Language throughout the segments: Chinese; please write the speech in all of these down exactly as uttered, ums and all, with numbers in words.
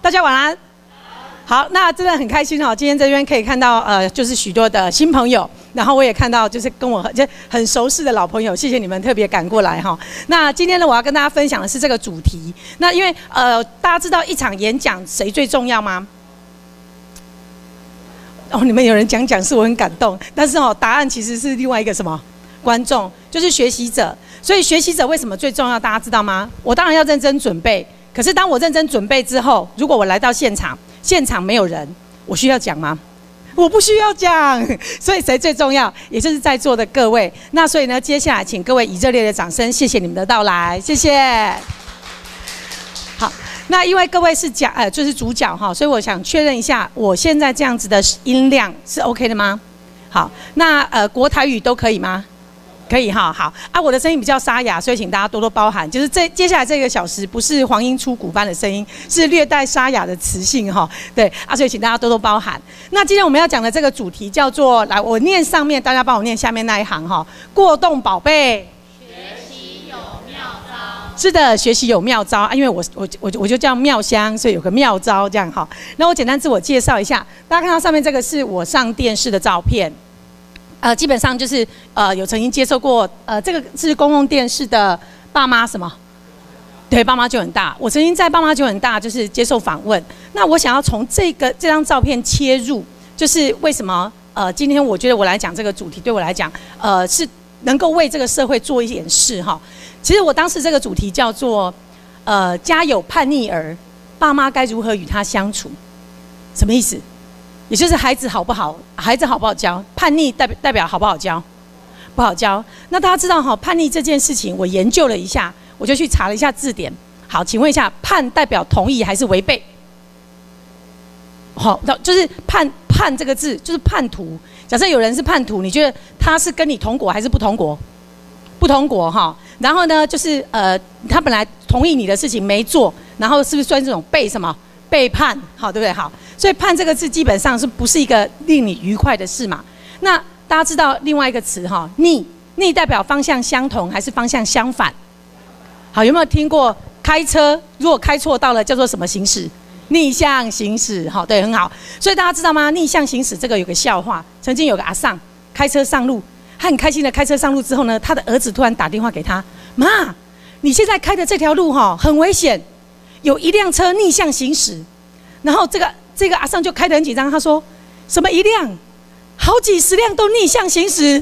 大家晚安。好，那真的很开心哦，今天这边可以看到呃，就是许多的新朋友，然后我也看到就是跟我很就很熟识的老朋友，谢谢你们特别赶过来哈。那今天呢，我要跟大家分享的是这个主题。那因为呃，大家知道一场演讲谁最重要吗？哦，你们有人讲讲是我很感动，但是哦，答案其实是另外一个什么观众，就是学习者。所以学习者为什么最重要？大家知道吗？我当然要认真准备，可是当我认真准备之后，如果我来到现场，现场没有人，我需要讲吗？我不需要讲。所以谁最重要？也就是在座的各位。那所以呢，接下来请各位以热烈的掌声，谢谢你们的到来，谢谢。好，那因为各位是讲呃就是主角哈，所以我想确认一下，我现在这样子的音量是 OK 的吗？好，那呃国台语都可以吗？可以哈，好啊，我的声音比较沙哑，所以请大家多多包涵。就是这接下来这个小时不是黄莺出谷般的声音，是略带沙哑的磁性哈。对啊，所以请大家多多包涵。那今天我们要讲的这个主题叫做，来我念上面，大家帮我念下面那一行哈。过动宝贝， 学习有妙招。 是的，学习有妙招啊，因为我我我我就叫妙香，所以有个妙招这样哈。那我简单自我介绍一下，大家看到上面这个是我上电视的照片。呃，基本上就是呃，有曾经接受过呃，这个是公共电视的爸妈什么？对，爸妈就很大。我曾经在爸妈就很大，就是接受访问。那我想要从这个这张照片切入，就是为什么呃，今天我觉得我来讲这个主题，对我来讲，呃，是能够为这个社会做一点事哈。其实我当时这个主题叫做呃，家有叛逆儿，爸妈该如何与他相处？什么意思？也就是孩子好不好，孩子好不好教？叛逆代表代表好不好教？不好教。那大家知道哈，叛逆这件事情，我研究了一下，我就去查了一下字典。好，请问一下，叛代表同意还是违背？好，就是叛叛这个字就是叛徒。假设有人是叛徒，你觉得他是跟你同国还是不同国？不同国哈。然后呢，就是呃，他本来同意你的事情没做，然后是不是算这种背什么？背叛，好，对不对？好，所以叛这个字基本上是不是一个令你愉快的事嘛？那大家知道另外一个词哈，逆，逆代表方向相同还是方向相反？好，有没有听过开车如果开错道了叫做什么行驶？逆向行驶，好，对，很好。所以大家知道吗？逆向行驶这个有个笑话，曾经有个阿桑开车上路，他很开心的开车上路之后呢，他的儿子突然打电话给他，妈，你现在开的这条路哈很危险。有一辆车逆向行驶，然后这个这个阿桑就开得很紧张，他说：“什么一辆？好几十辆都逆向行驶。”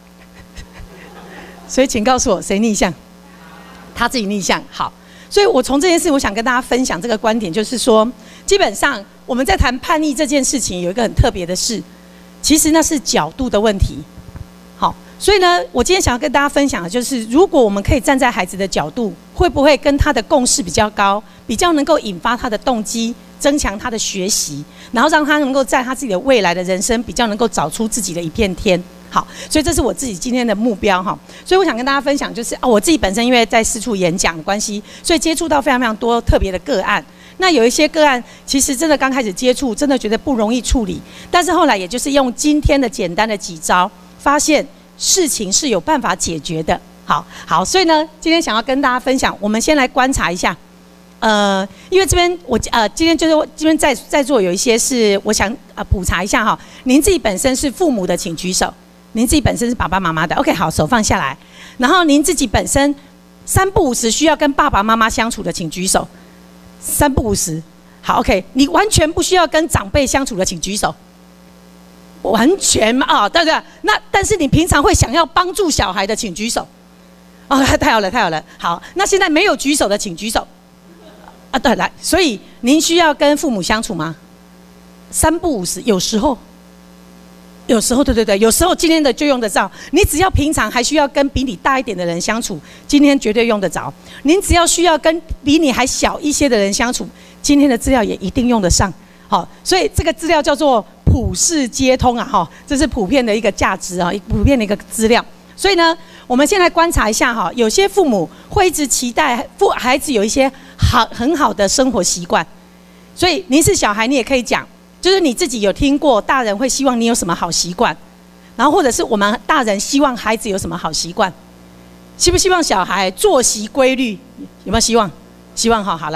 所以请告诉我，谁逆向？他自己逆向。好，所以我从这件事，我想跟大家分享这个观点，就是说，基本上我们在谈叛逆这件事情，有一个很特别的事，其实那是角度的问题。好。所以呢，我今天想要跟大家分享的就是，如果我们可以站在孩子的角度，会不会跟他的共识比较高，比较能够引发他的动机，增强他的学习，然后让他能够在他自己的未来的人生比较能够找出自己的一片天。好，所以这是我自己今天的目标哈。所以我想跟大家分享，就是啊，我自己本身因为在四处演讲的关系，所以接触到非常非常多特别的个案。那有一些个案，其实真的刚开始接触，真的觉得不容易处理，但是后来也就是用今天的简单的几招，发现事情是有办法解决的。好好，所以呢，今天想要跟大家分享，我们先来观察一下。呃，因为这边我呃今天就是这边在在座有一些是我想呃普查一下哈。您自己本身是父母的，请举手；您自己本身是爸爸妈妈的 ，OK， 好，手放下来。然后您自己本身三不五时需要跟爸爸妈妈相处的，请举手。三不五时，好 ，OK， 你完全不需要跟长辈相处的，请举手。完全啊、哦，对不对？那但是你平常会想要帮助小孩的，请举手。哦，太好了，太好了。好，那现在没有举手的，请举手。啊，对，来，所以您需要跟父母相处吗？三不五时，有时候，有时候，对对对，有时候今天的就用得着。你只要平常还需要跟比你大一点的人相处，今天绝对用得着。您只要需要跟比你还小一些的人相处，今天的资料也一定用得上。好，所以这个资料叫做普世皆通啊，哈，这是普遍的一个价值啊，普遍的一个资料。所以呢，我们先来观察一下哈，有些父母会一直期待父孩子有一些好很好的生活习惯，所以您是小孩，你也可以讲，就是你自己有听过大人会希望你有什么好习惯，然后或者是我们大人希望孩子有什么好习惯，希不希望小孩作息规律？有没有希望？希望哈，好来，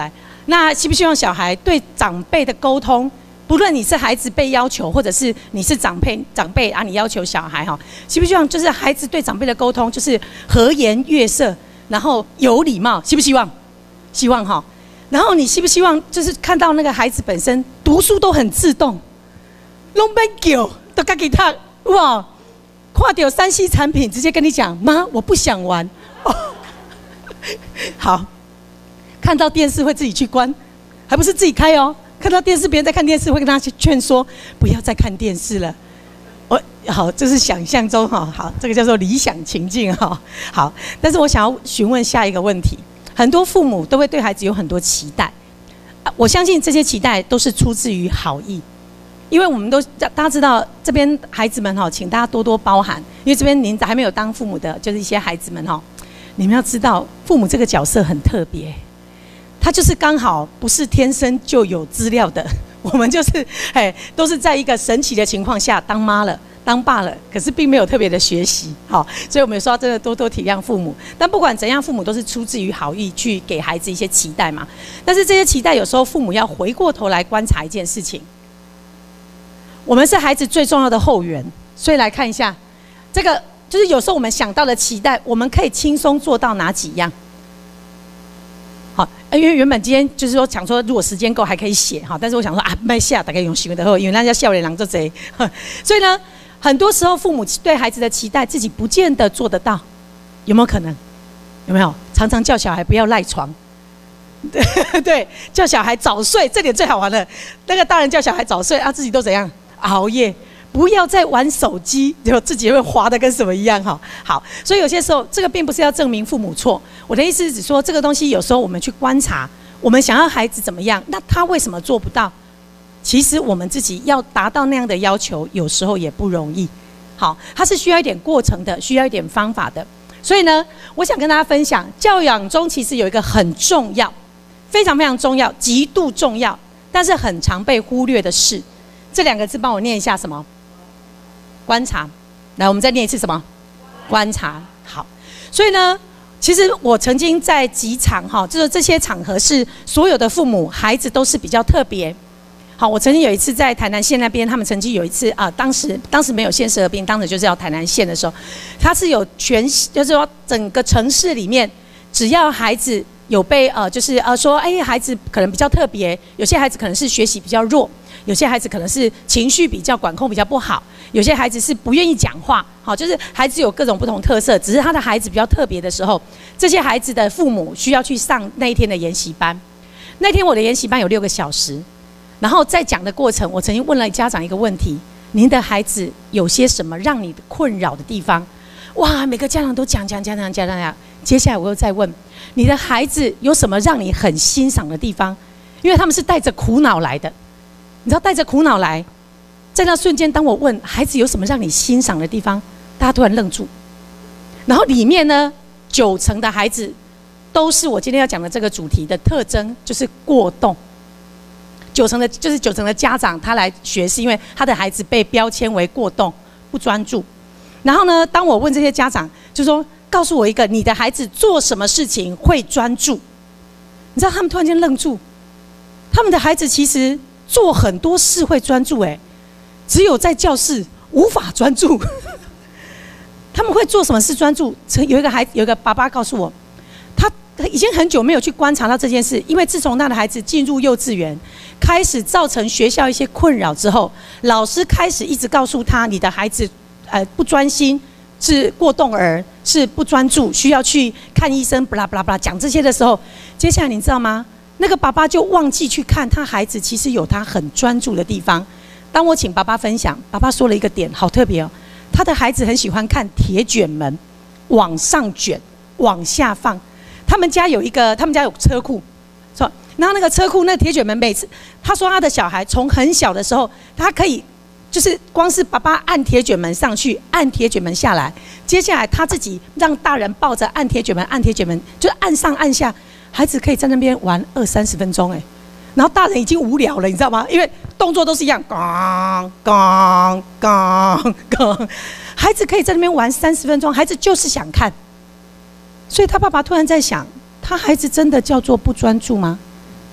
那希不希望小孩对长辈的沟通，不论你是孩子被要求，或者是你是长辈长辈啊，你要求小孩哈，希不希望就是孩子对长辈的沟通就是和颜悦色，然后有礼貌，希不希望？希望哈。然后你希不希望就是看到那个孩子本身读书都很自动，拢免叫，都自己读哇，看到三 C 产品直接跟你讲妈，我不想玩。哦、好。看到电视会自己去关，还不是自己开哦。看到电视别人在看电视，会跟他去劝说不要再看电视了。我好，这是想象中哈，好，这个叫做理想情境哈。好，但是我想要询问下一个问题：很多父母都会对孩子有很多期待，我相信这些期待都是出自于好意，因为我们都大家知道，这边孩子们哈，请大家多多包涵，因为这边您还没有当父母的，就是一些孩子们哈，你们要知道，父母这个角色很特别。他就是刚好不是天生就有资料的，我们就是哎，都是在一个神奇的情况下当妈了、当爸了，可是并没有特别的学习，好，所以我们有时候真的多多体谅父母。但不管怎样，父母都是出自于好意去给孩子一些期待嘛。但是这些期待有时候父母要回过头来观察一件事情，我们是孩子最重要的后援，所以来看一下这个，就是有时候我们想到的期待，我们可以轻松做到哪几样？好，因为原本今天就是说想说，如果时间够还可以写哈，但是我想说啊，卖下大概用行为的后，因为那叫笑脸狼做贼，所以呢，很多时候父母对孩子的期待，自己不见得做得到，有没有可能？有没有？常常叫小孩不要赖床，对，叫小孩早睡，这点最好玩了。那个大人叫小孩早睡啊，自己都怎样熬夜？不要再玩手机，就自己会滑的跟什么一样哈。好，所以有些时候这个并不是要证明父母错，我的意思是指说这个东西有时候我们去观察，我们想要孩子怎么样，那他为什么做不到？其实我们自己要达到那样的要求，有时候也不容易。好，它是需要一点过程的，需要一点方法的。所以呢，我想跟大家分享，教养中其实有一个很重要、非常非常重要、极度重要，但是很常被忽略的事。这两个字帮我念一下什么？观察。来，我们再念一次什么？观察。好，所以呢，其实我曾经在几场哈，就是这些场合是所有的父母孩子都是比较特别。好，我曾经有一次在台南县那边，他们曾经有一次啊，当时当时没有县市合并，当时就是要台南县的时候，他是有全，就是说整个城市里面，只要孩子有被呃，就是呃说，哎，孩子可能比较特别，有些孩子可能是学习比较弱。有些孩子可能是情绪比较管控比较不好，有些孩子是不愿意讲话，好，就是孩子有各种不同特色，只是他的孩子比较特别的时候，这些孩子的父母需要去上那一天的研习班。那天我的研习班有六个小时，然后在讲的过程，我曾经问了家长一个问题：您的孩子有些什么让你困扰的地方？哇，每个家长都讲讲讲讲讲讲讲。接下来我又再问，你的孩子有什么让你很欣赏的地方？因为他们是带着苦恼来的。你知道带着苦恼来，在那瞬间，当我问孩子有什么让你欣赏的地方，大家突然愣住。然后里面呢，九成的孩子都是我今天要讲的这个主题的特征，就是过动。九成的，就是九成的家长他来学，是因为他的孩子被标签为过动、不专注。然后呢，当我问这些家长，就说告诉我一个你的孩子做什么事情会专注，你知道他们突然间愣住，他们的孩子其实。做很多事会专注，哎，只有在教室无法专注。他们会做什么事专注？有一个孩，有一个爸爸告诉我，他已经很久没有去观察到这件事，因为自从他的孩子进入幼稚园，开始造成学校一些困扰之后，老师开始一直告诉他，你的孩子呃不专心，是过动儿，是不专注，需要去看医生，巴拉巴拉巴拉讲这些的时候，接下来你知道吗？那个爸爸就忘记去看他孩子其实有他很专注的地方。当我请爸爸分享，爸爸说了一个点，好特别哦。他的孩子很喜欢看铁卷门，往上卷，往下放。他们家有一个，他们家有车库，是吧？然后那个车库那个铁卷门，每次他说他的小孩从很小的时候，他可以就是光是爸爸按铁卷门上去，按铁卷门下来，接下来他自己让大人抱着按铁卷门，按铁卷门，就是按上按下。孩子可以在那边玩二三十分钟，哎，然后大人已经无聊了，你知道吗？因为动作都是一样，刚刚刚刚，孩子可以在那边玩三十分钟，孩子就是想看。所以他爸爸突然在想，他孩子真的叫做不专注吗？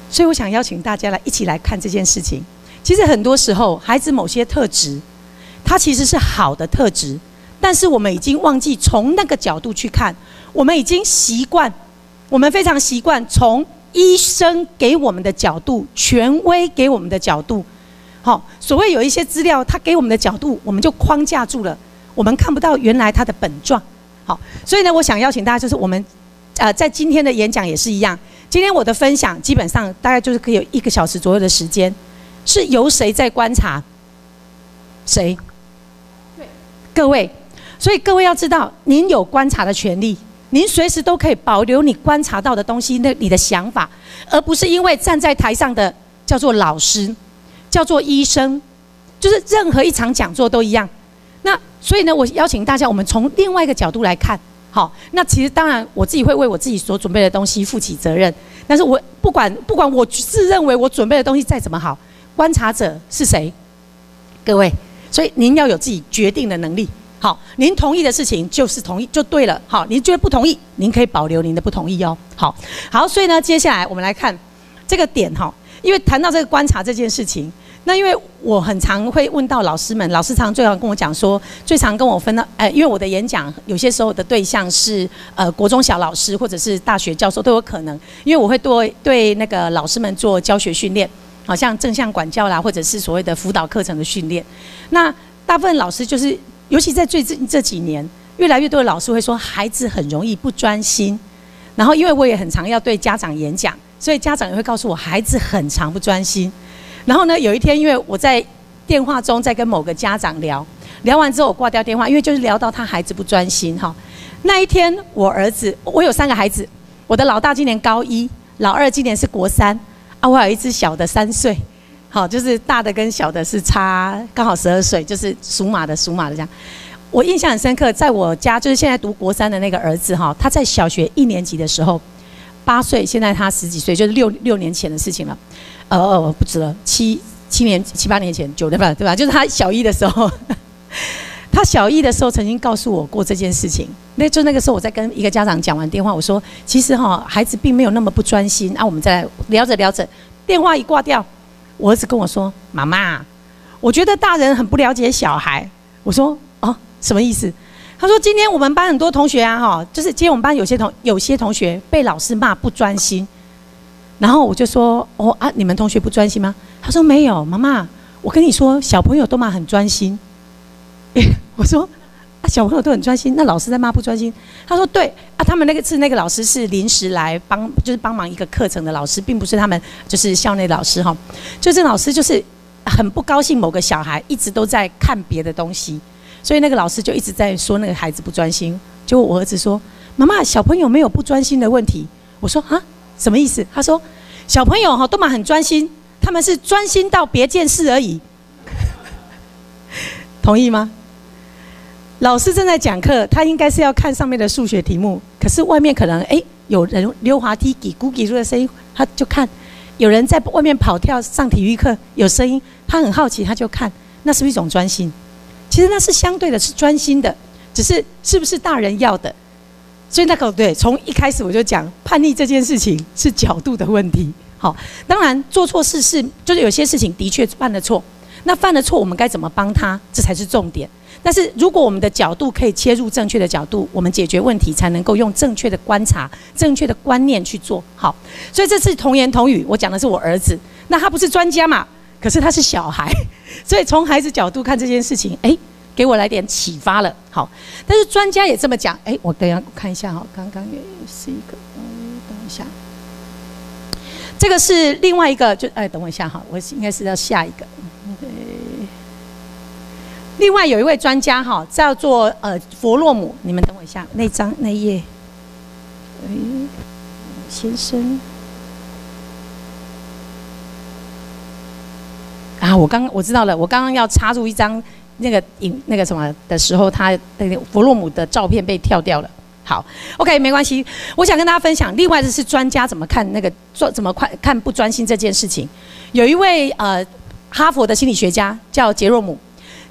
所以我想邀请大家来一起来看这件事情。其实很多时候，孩子某些特质，它其实是好的特质，但是我们已经忘记从那个角度去看，我们已经习惯，我们非常习惯从医生给我们的角度、权威给我们的角度，好，所谓有一些资料，他给我们的角度，我们就框架住了，我们看不到原来它的本状。好，所以呢，我想邀请大家，就是我们，呃，在今天的演讲也是一样。今天我的分享基本上大概就是可以有一个小时左右的时间，是由谁在观察？谁？对，各位。所以各位要知道，您有观察的权利，您随时都可以保留你观察到的东西，那你的想法，而不是因为站在台上的叫做老师，叫做医生，就是任何一场讲座都一样。那所以呢，我邀请大家，我们从另外一个角度来看。好，那其实当然我自己会为我自己所准备的东西负起责任，但是我不管不管我自认为我准备的东西再怎么好，观察者是谁？各位，所以您要有自己决定的能力。好，您同意的事情就是同意就对了。好，您觉得不同意，您可以保留您的不同意哦。好，好，所以呢，接下来我们来看这个点哈，因为谈到这个观察这件事情。那因为我很常会问到老师们，老师常最常跟我讲说，最常跟我分到，呃，因为我的演讲有些时候的对象是呃国中小老师或者是大学教授都有可能，因为我会对对那个老师们做教学训练，好像正向管教啦，或者是所谓的辅导课程的训练。那大部分老师就是，尤其在最近这几年，越来越多的老师会说孩子很容易不专心，然后因为我也很常要对家长演讲，所以家长也会告诉我孩子很常不专心。然后呢，有一天，因为我在电话中在跟某个家长聊，聊完之后我挂掉电话，因为就是聊到他孩子不专心哈。那一天，我儿子，我有三个孩子，我的老大今年高一，老二今年是国三，啊，我还有一只小的三岁，好，就是大的跟小的是差刚好十二岁，就是属马的属马的这样。我印象很深刻，在我家就是现在读国三的那个儿子哈，他在小学一年级的时候，八岁，现在他十几岁，就是六六年前的事情了。呃呃，不止了，七七年七八年前，九年吧，对吧？就是他小一的时候，他小一的时候曾经告诉我过这件事情。那就那个时候，我在跟一个家长讲完电话，我说，其实哈，孩子并没有那么不专心啊。我们再来聊着聊着，电话一挂掉，我儿子跟我说：“妈妈，我觉得大人很不了解小孩。”我说：“哦，什么意思？”他说：“今天我们班很多同学啊，哈，就是今天我们班有些同有些同学被老师骂不专心。”然后我就说：“哦啊，你们同学不专心吗？”他说：“没有，妈妈，我跟你说，小朋友都骂很专心。”我说：“啊，小朋友都很专心，那老师在骂不专心？”他说：“对啊，他们那个次那个老师是临时来帮，就是帮忙一个课程的老师，并不是他们就是校内老师哈。就这老师就是很不高兴某个小孩一直都在看别的东西，所以那个老师就一直在说那个孩子不专心。结果我儿子说：‘妈妈，小朋友没有不专心的问题。’我说：‘啊。’什么意思？他说：“小朋友哈都蛮很专心，他们是专心到别件事而已。”同意吗？老师正在讲课，他应该是要看上面的数学题目，可是外面可能哎有人溜滑梯叽咕叽咕的声音，他就看；有人在外面跑跳上体育课有声音，他很好奇他就看，那是不是一种专心？其实那是相对的，是专心的，只是是不是大人要的？所以那个对，从一开始我就讲，叛逆这件事情是角度的问题。好，当然做错事是，就是有些事情的确犯了错，那犯了错我们该怎么帮他，这才是重点。但是如果我们的角度可以切入正确的角度，我们解决问题才能够用正确的观察、正确的观念去做好。所以这次童言童语，我讲的是我儿子，那他不是专家嘛，可是他是小孩，所以从孩子角度看这件事情，哎。给我来点启发了，好，但是专家也这么讲，哎，我等一下看一下哈，刚刚也是一个，嗯，等一下，这个是另外一个，就哎，等我一下哈，我应该是要下一个，对，另外有一位专家哈，叫做呃弗洛姆，你们等我一下，那张那页，哎，先生，啊，我刚我知道了，我刚刚要插入一张。那个影那个什么的时候，他那个弗洛姆的照片被跳掉了。好 ，OK， 没关系。我想跟大家分享，另外的是专家怎么看那个做怎么看看不专心这件事情。有一位呃哈佛的心理学家叫杰洛姆，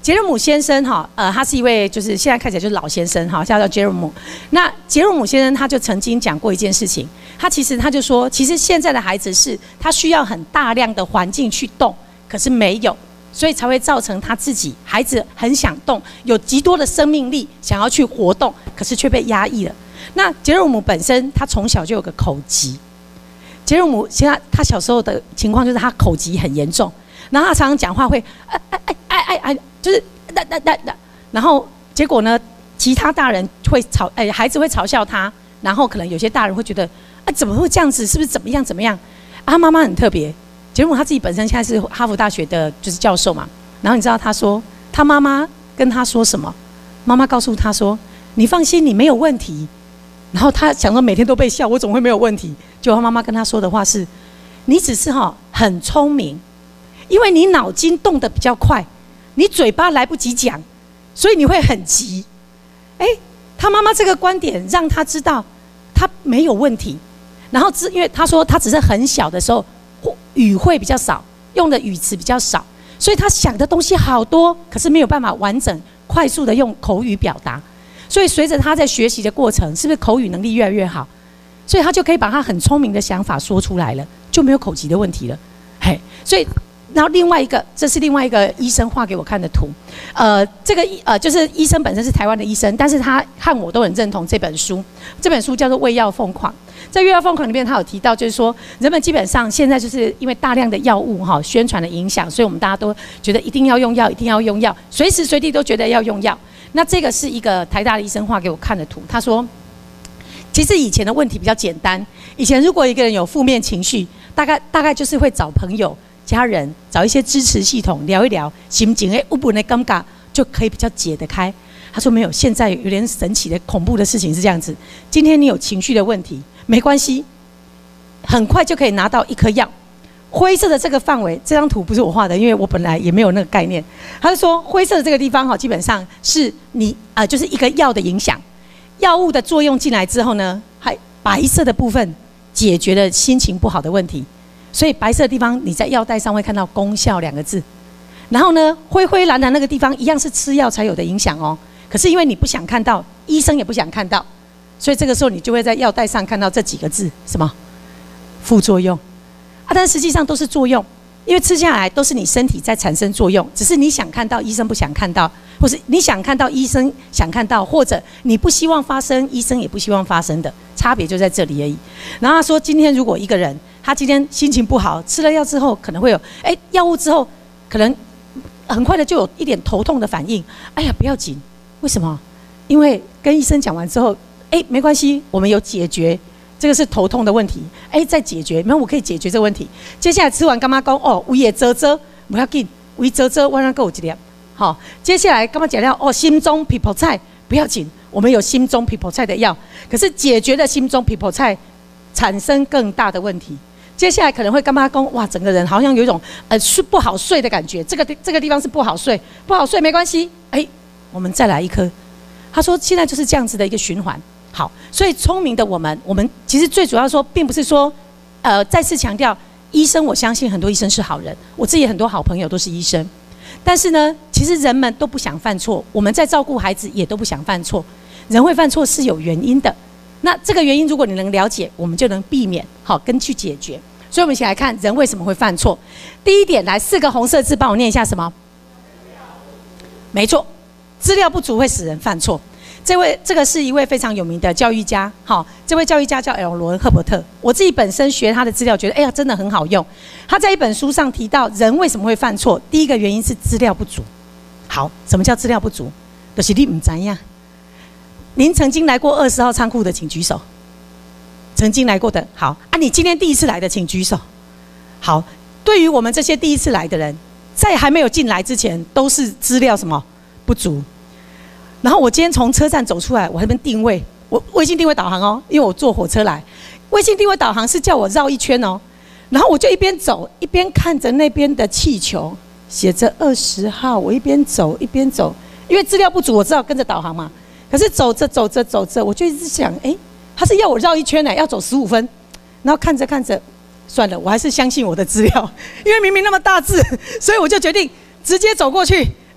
杰罗姆先生哈，呃，他是一位就是现在看起来就是老先生哈，叫做杰罗姆。那杰罗姆先生他就曾经讲过一件事情，他其实他就说，其实现在的孩子是他需要很大量的环境去动，可是没有，所以才会造成他自己孩子很想动，有极多的生命力想要去活动，可是却被压抑了。那杰罗姆本身他从小就有个口疾，杰罗姆现在他小时候的情况就是他口疾很严重。然后他常常讲话会哎哎哎哎哎哎，就是哒哒哒哒，然后结果呢，其他大人会嘲哎孩子会嘲笑他，然后可能有些大人会觉得啊怎么会这样子，是不是怎么样怎么样？啊，他妈妈很特别，杰罗姆他自己本身现在是哈佛大学的就是教授嘛，然后你知道他说他妈妈跟他说什么？妈妈告诉他说你放心，你没有问题。然后他想说每天都被笑，我怎么会没有问题？结果他妈妈跟他说的话是，你只是哈很聪明。因为你脑筋动得比较快，你嘴巴来不及讲，所以你会很急。哎，他妈妈这个观点让他知道他没有问题。然后因为他说他只是很小的时候语汇比较少，用的语词比较少，所以他想的东西好多，可是没有办法完整快速的用口语表达。所以随着他在学习的过程，是不是口语能力越来越好？所以他就可以把他很聪明的想法说出来了，就没有口疾的问题了。嘿，所以。然后另外一个，这是另外一个医生画给我看的图，呃，这个呃就是医生本身是台湾的医生，但是他和我都很认同这本书，这本书叫做《为药疯狂》。在《为药疯狂》里面，他有提到，就是说人们基本上现在就是因为大量的药物哈宣传的影响，所以我们大家都觉得一定要用药，一定要用药，随时随地都觉得要用药。那这个是一个台大的医生画给我看的图，他说，其实以前的问题比较简单，以前如果一个人有负面情绪，大概大概就是会找朋友。家人找一些支持系统聊一聊，心情诶，有本的尴尬就可以比较解得开。他说没有，现在有点神奇的恐怖的事情是这样子：今天你有情绪的问题，没关系，很快就可以拿到一颗药。灰色的这个范围，这张图不是我画的，因为我本来也没有那个概念。他就说灰色的这个地方哈，基本上是你啊、呃，就是一个药的影响，药物的作用进来之后呢，还白色的部分解决了心情不好的问题。所以白色的地方，你在药袋上会看到功效两个字。然后呢，灰灰蓝蓝那个地方一样是吃药才有的影响哦。可是因为你不想看到，医生也不想看到，所以这个时候你就会在药袋上看到这几个字，什么副作用啊？但实际上都是作用，因为吃下来都是你身体在产生作用，只是你想看到，医生不想看到，或是你想看到，医生想看到，或者你不希望发生，医生也不希望发生的差别就在这里而已。然后他说，今天如果一个人他今天心情不好，吃了药之后可能会有，哎，药物之后可能很快的就有一点头痛的反应。哎呀，不要紧，为什么？因为跟医生讲完之后，哎，没关系，我们有解决，这个是头痛的问题，哎，再解决，没有我可以解决这个问题。接下来吃完干妈讲，哦，胃也遮遮，不要紧，胃遮遮，晚上够一粒。好，接下来干嘛讲了？哦，心中皮泡菜，不要紧，我们有心中皮泡菜的药，可是解决了心中皮泡菜产生更大的问题。接下来可能会干妈讲，哇，整个人好像有一种呃睡不好睡的感觉，这个这个地方是不好睡，不好睡没关系，哎，我们再来一颗。他说现在就是这样子的一个循环。好，所以聪明的我们，我们其实最主要说，并不是说，呃，再次强调，医生，我相信很多医生是好人，我自己很多好朋友都是医生，但是呢，其实人们都不想犯错，我们在照顾孩子也都不想犯错，人会犯错是有原因的。那这个原因，如果你能了解，我们就能避免，好，跟去解决。所以，我们一起来看人为什么会犯错。第一点，来四个红色字，帮我念一下什么？没错，资料不足会使人犯错。这位，这个是一位非常有名的教育家，好，这位教育家叫 L 罗恩赫伯特。我自己本身学他的资料，觉得哎呀，真的很好用。他在一本书上提到，人为什么会犯错？第一个原因是资料不足。好，什么叫资料不足？就是你不知道。您曾经来过二十号仓库的，请举手。曾经来过的，好啊，你今天第一次来的，请举手。好，对于我们这些第一次来的人，在还没有进来之前，都是资料什么不足。然后我今天从车站走出来，我还没定位，我卫星定位导航哦，因为我坐火车来，卫星定位导航是叫我绕一圈哦。然后我就一边走一边看着那边的气球，写着二十号，我一边走一边走，因为资料不足，我知道跟着导航嘛。可是走着走着走着，我就一直想，哎，他是要我绕一圈呢，要走十五分。然后看着看着，算了，我还是相信我的资料，因为明明那么大字，所以我就决定直接走过去。哎，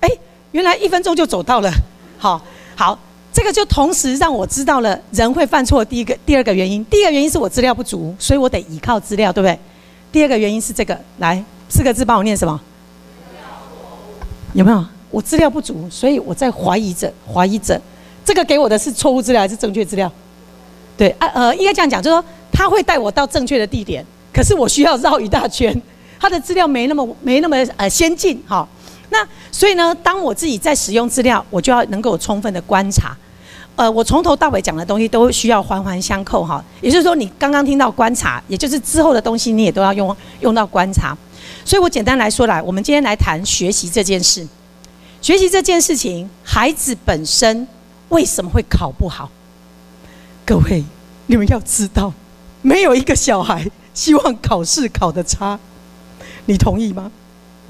原来一分钟就走到了。好，好，这个就同时让我知道了人会犯错的第一个、第二个原因。第一个原因是我资料不足，所以我得依靠资料，对不对？第二个原因是这个，来四个字帮我念什么？有没有？我资料不足，所以我在怀疑着，怀疑着，这个给我的是错误资料还是正确资料？对啊，呃，应该这样讲，就是说他会带我到正确的地点，可是我需要绕一大圈，他的资料没那么没那么呃先进，哈。那所以呢，当我自己在使用资料，我就要能够有充分的观察。呃，我从头到尾讲的东西都需要环环相扣，哈。也就是说，你刚刚听到观察，也就是之后的东西，你也都要用用到观察。所以我简单来说来，我们今天来谈学习这件事。学习这件事情，孩子本身为什么会考不好？各位，你们要知道，没有一个小孩希望考试考得差，你同意吗？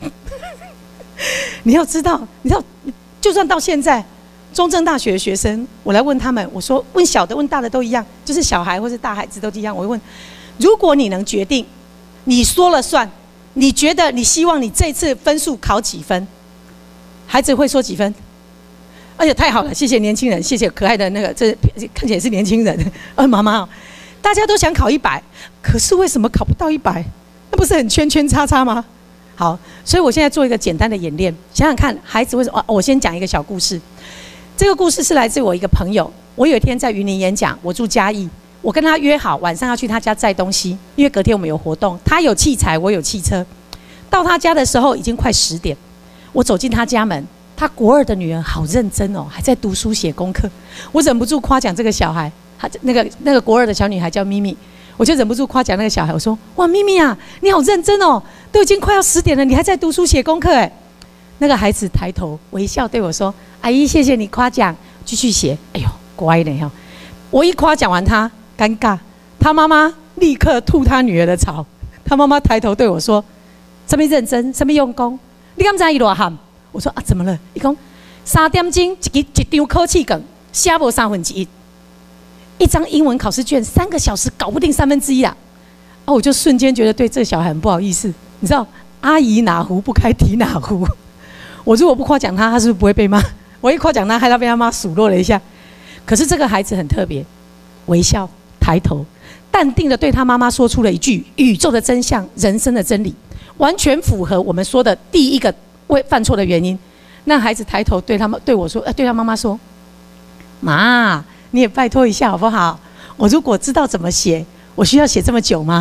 你要知道，你知道，就算到现在，中正大学的学生，我来问他们，我说问小的问大的都一样，就是小孩或是大孩子都一样。我会问，如果你能决定，你说了算，你觉得你希望你这次分数考几分？孩子会说几分？哎呀，太好了，谢谢年轻人，谢谢可爱的那个，这看起来是年轻人。呃，妈妈，大家都想考一百，可是为什么考不到一百？那不是很圈圈叉叉吗？好，所以我现在做一个简单的演练，想想看，孩子为什么？哦，我先讲一个小故事。这个故事是来自我一个朋友。我有一天在云林演讲，我住嘉义，我跟他约好晚上要去他家载东西，因为隔天我们有活动，他有器材，我有汽车。到他家的时候已经快十点。我走进他家门，他国二的女儿好认真哦，还在读书写功课。我忍不住夸奖这个小孩，他那个那个国二的小女孩叫咪咪，我就忍不住夸奖那个小孩，我说：“哇，咪咪啊，你好认真哦，都已经快要十点了，你还在读书写功课哎。”那个孩子抬头微笑对我说：“阿姨，谢谢你夸奖，继续写。”哎呦，乖呢哈！我一夸奖完他，尴尬，他妈妈立刻吐他女儿的槽。他妈妈抬头对我说：“什么认真，什么用功？”你敢知伊偌喊？我说啊，怎么了？伊讲三点钟一一张考试卷写无三分之一，一张英文考试卷三个小时搞不定三分之一啦。啊，我就瞬间觉得对这小孩很不好意思。你知道，阿姨哪壶不开提哪壶。我如果不夸奖他，他是不是不会被骂？我一夸奖他，害他被他妈数落了一下。可是这个孩子很特别，微笑抬头，淡定的对他妈妈说出了一句宇宙的真相、人生的真理。完全符合我们说的第一个为犯错的原因。那孩子抬头对他们对我说，呃，对他妈妈说：“妈，你也拜托一下好不好？我如果知道怎么写，我需要写这么久吗？”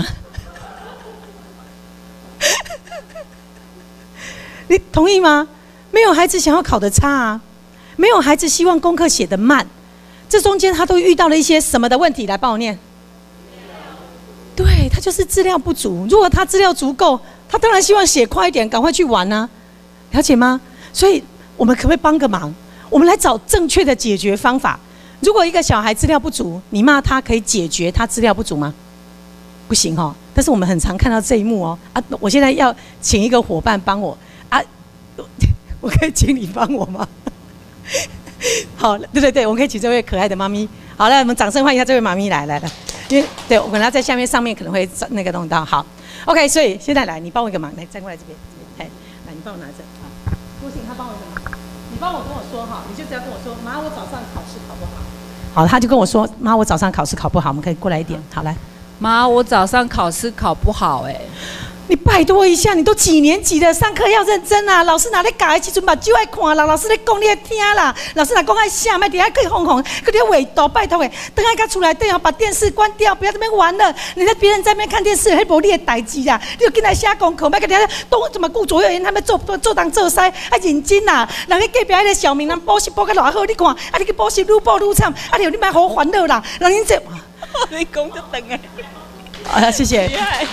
你同意吗？没有孩子想要考得差啊，没有孩子希望功课写得慢，这中间他都遇到了一些什么的问题？来帮我念。对，他就是资料不足。如果他资料足够，他当然希望写快一点，赶快去玩啊，了解吗？所以我们可不可以帮个忙？我们来找正确的解决方法。如果一个小孩资料不足，你骂他可以解决他资料不足吗？不行哦。但是我们很常看到这一幕哦。啊，我现在要请一个伙伴帮我啊，我可以请你帮我吗？好，对对对，我们可以请这位可爱的妈咪。好了，我们掌声欢迎一下这位妈咪来来来。因为对我可能要在下面上面可能会那个弄到好 ，OK， 所以现在来，你帮我一个忙，来站过来这边，这边，来你帮我拿着啊。不行，他帮我一个忙，你帮我跟我说哈，你就只要跟我说，妈，我早上考试考不好。好，他就跟我说，妈，我早上考试考不好，我们可以过来一点，好来。 妈，我早上考试考不好哎、欸。 你拜托一下，你都几年级了，上课要认真啊！老师哪咧教的时阵，目睭爱看啦，老师咧讲你爱听啦，老师若讲爱写，卖伫遐去哄哄，去咧画图，拜托诶，等下甲出来对哦，把电视关掉，不要这边玩了。人家别人在那边看电视，迄无你的代志啦，你就进来写功课，卖甲遐东怎么顾左右人，他们做做东做西，爱认真啦。人家隔壁迄个小明，人补习补甲偌好，你看，啊你去补习愈补愈惨，啊你你莫好烦恼啦，人家这， 你讲就等诶。 啊，谢谢。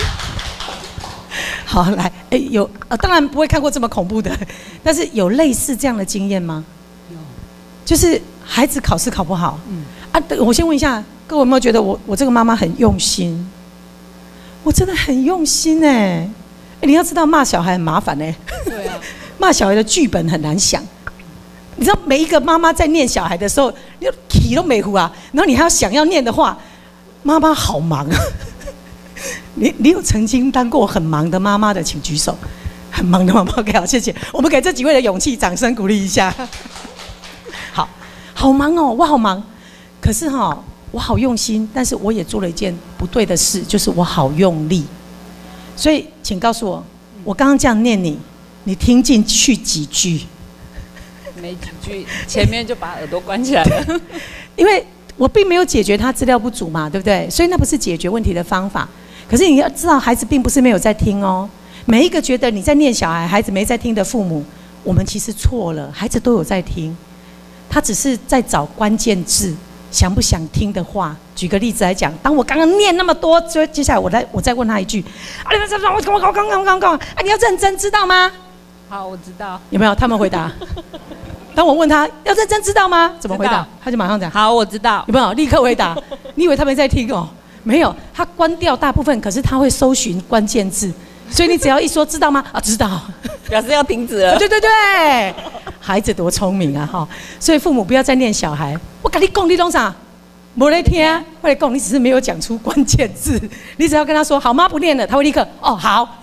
好，来，哎，有呃，当然不会看过这么恐怖的，但是有类似这样的经验吗？有，就是孩子考试考不好，嗯，啊，我先问一下，各位有没有觉得我我这个妈妈很用心？我真的很用心哎，你要知道骂小孩很麻烦哎， 对啊， 骂小孩的剧本很难想，你知道每一个妈妈在念小孩的时候，你气都没糊啊，然后你还要想要念的话，妈妈好忙啊。你你有曾经当过很忙的妈妈的，请举手。很很忙的吗 ？OK， 好，谢谢。我们给这几位的勇气，掌声鼓励一下。好，好忙哦，我好忙。可是哈、哦，我好用心，但是我也做了一件不对的事，就是我好用力。所以，请告诉我，我刚刚这样念你，你听进去几句？ 没几句，前面就把耳朵关起来了。 因为我并没有解决他资料不足嘛，对不对？所以那不是解决问题的方法。可是你要知道，孩子并不是没有在听哦。每一个觉得你在念小孩，孩子没在听的父母，我们其实错了，孩子都有在听，他只是在找关键字，想不想听的话。举个例子来讲，当我刚刚念那么多，就接下来我来我再问他一句：啊，你们这我我我刚刚刚刚啊，你要认真知道吗？ 好，我知道。 有没有？他们回答。当我问他要认真知道吗？怎么回答？他就马上讲： 好，我知道。 有没有？立刻回答。你以为他们在听哦？没有，他关掉大部分，可是他会搜寻关键字，所以你只要一说知道吗？啊，知道， 表示要停止了。 对对对，孩子多聪明啊哈！所以父母不要再念小孩。我跟你讲，你懂啥？没在听，我来讲，你只是没有讲出关键字。你只要跟他说好吗？不念了，他会立刻哦好。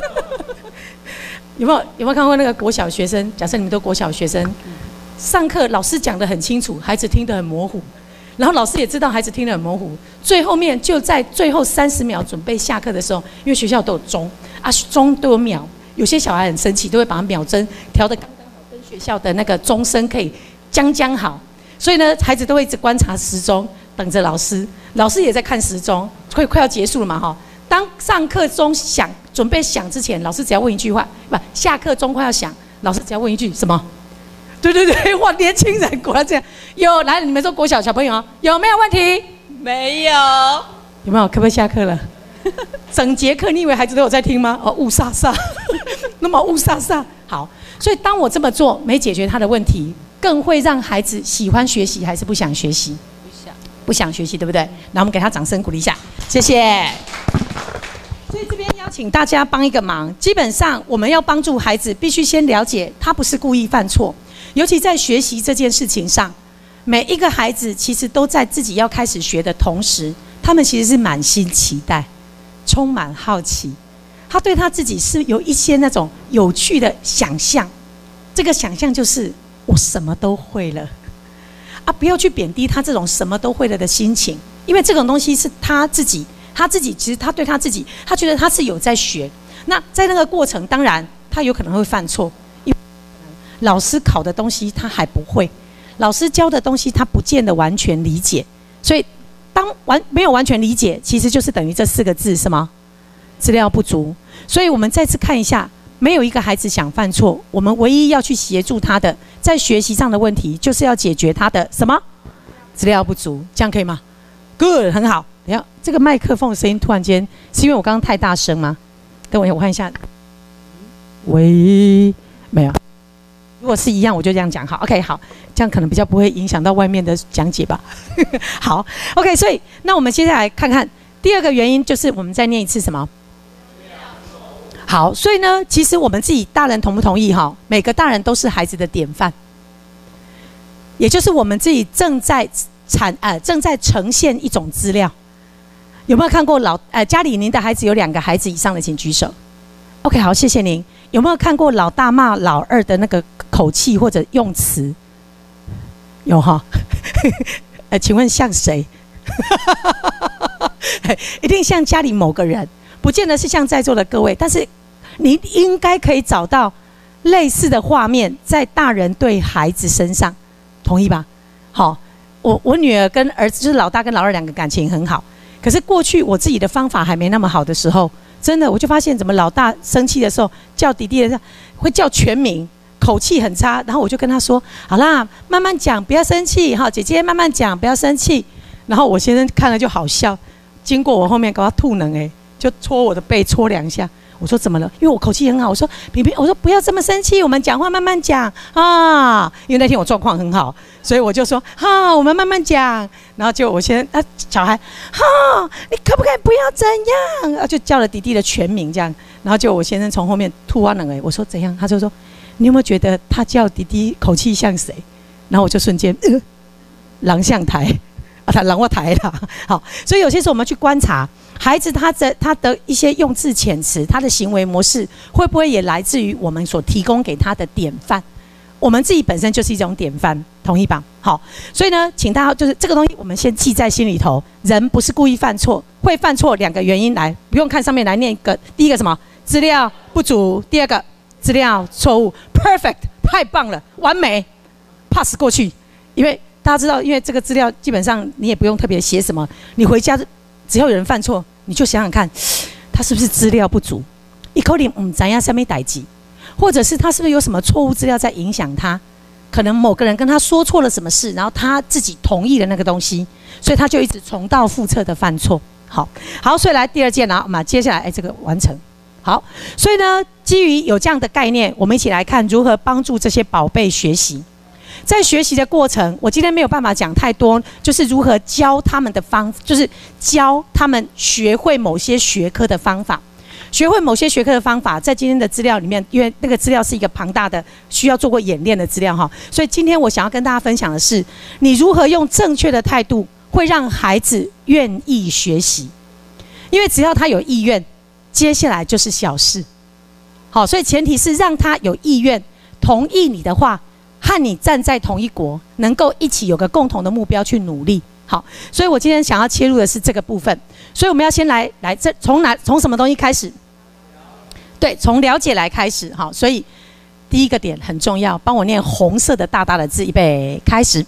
有没有有没有看过那个国小学生？假设你们都国小学生，上课老师讲得很清楚，孩子听得很模糊。然后老师也知道孩子听得很模糊，最后面就在最后三十秒准备下课的时候，因为学校都有钟啊，钟都有秒，有些小孩很生气，都会把秒针调得刚刚好，跟学校的那个钟声可以将将好。所以呢，孩子都会一直观察时钟，等着老师，老师也在看时钟，快快要结束了嘛哈。当上课钟响准备响之前，老师只要问一句话，不，下课钟快要响，老师只要问一句什么？对对对，哇，年轻人果然这样。有来，你们说国小小朋友有没有问题？ 没有。 有没有？可不可以下课了？整节课你以为孩子都有在听吗？哦，雾煞煞，那么雾煞煞。好，所以当我这么做，没解决他的问题，更会让孩子喜欢学习还是不想学习？ 不想， 不想学习，对不对？那我们给他掌声鼓励一下，谢谢。所以这边邀请大家帮一个忙，基本上我们要帮助孩子，必须先了解他不是故意犯错。尤其在学习这件事情上，每一个孩子其实都在自己要开始学的同时，他们其实是满心期待，充满好奇。他对他自己是有一些那种有趣的想象，这个想象就是我什么都会了啊！不要去贬低他这种什么都会了的心情，因为这种东西是他自己，他自己其实他对他自己，他觉得他是有在学。那在那个过程，当然他有可能会犯错。老师考的东西他还不会，老师教的东西他不见得完全理解，所以当完没有完全理解，其实就是等于这四个字什么？资料不足。所以我们再次看一下，没有一个孩子想犯错，我们唯一要去协助他的，在学习上的问题，就是要解决他的什么？资料不足，这样可以吗 ？Good， 很好。等一下，这个麦克风的声音突然间是因为我刚刚太大声吗？等我一下，我看一下。喂，没有。如果是一样，我就这样讲好 ，OK， 好，这样可能比较不会影响到外面的讲解吧。好 ，OK， 所以那我们接下来看看第二个原因，就是我们再念一次什么？好，所以呢，其实我们自己大人同不同意哈？每个大人都是孩子的典范，也就是我们自己正在产呃正在呈现一种资料。有没有看过老呃家里您的孩子有两个孩子以上的，请举手。OK， 好，谢谢您。有没有看过老大骂老二的那个口气或者用词？有哈？呃，请问像谁？一定像家里某个人，不见得是像在座的各位，但是你应该可以找到类似的画面在大人对孩子身上，同意吧？好，我我女儿跟儿子就是老大跟老二两个感情很好，可是过去我自己的方法还没那么好的时候。真的，我就发现怎么老大生气的时候叫弟弟的时候会叫全名，口气很差。然后我就跟他说：“好啦，慢慢讲，不要生气哈，姐姐慢慢讲，不要生气。”然后我先生看了就好笑，经过我后面给他吐能哎，就戳我的背戳两下。我说怎么了？因为我口气很好，我说平平，我说不要这么生气，我们讲话慢慢讲啊。因为那天我状况很好，所以我就说哈，我们慢慢讲。然后就我先啊，小孩哈，你可不可以不要怎样？啊，就叫了弟弟的全名这样。然后就我先生从后面吐完了哎，我说怎样？他就说你有没有觉得他叫弟弟口气像谁？然后我就瞬间呃，狼像台啊，他狼我台啦。好，所以有些时候我们去观察。 孩子他的他的一些用字遣词，他的行为模式，会不会也来自于我们所提供给他的典范？我们自己本身就是一种典范，同意吧？好，所以呢，请大家就是这个东西，我们先记在心里头。人不是故意犯错，会犯错两个原因来，不用看上面来念一个。第一个什么？资料不足。第二个资料错误。Perfect， 太棒了，完美 ，pass 过去。因为大家知道，因为这个资料基本上你也不用特别写什么，你回家只要有人犯错，你就想想看，他是不是资料不足？一口令唔知影什么代志。或者是他是不是有什么错误资料在影响他？可能某个人跟他说错了什么事，然后他自己同意了那个东西，所以他就一直重蹈覆辙的犯错。好，好，所以来第二件，然后我们接下来，哎，这个完成。好，所以呢，基于有这样的概念，我们一起来看如何帮助这些宝贝学习。在学习的过程，我今天没有办法讲太多，就是如何教他们的方，就是教他们学会某些学科的方法。学会某些学科的方法，在今天的资料里面，因为那个资料是一个庞大的、需要做过演练的资料哈，所以今天我想要跟大家分享的是，你如何用正确的态度，会让孩子愿意学习。因为只要他有意愿，接下来就是小事。好，所以前提是让他有意愿，同意你的话，和你站在同一国，能够一起有个共同的目标去努力。好，所以我今天想要切入的是这个部分，所以我们要先来来这从哪从什么东西开始？对，从了解来开始。好，所以第一个点很重要，帮我念红色的大大的字，预备开始。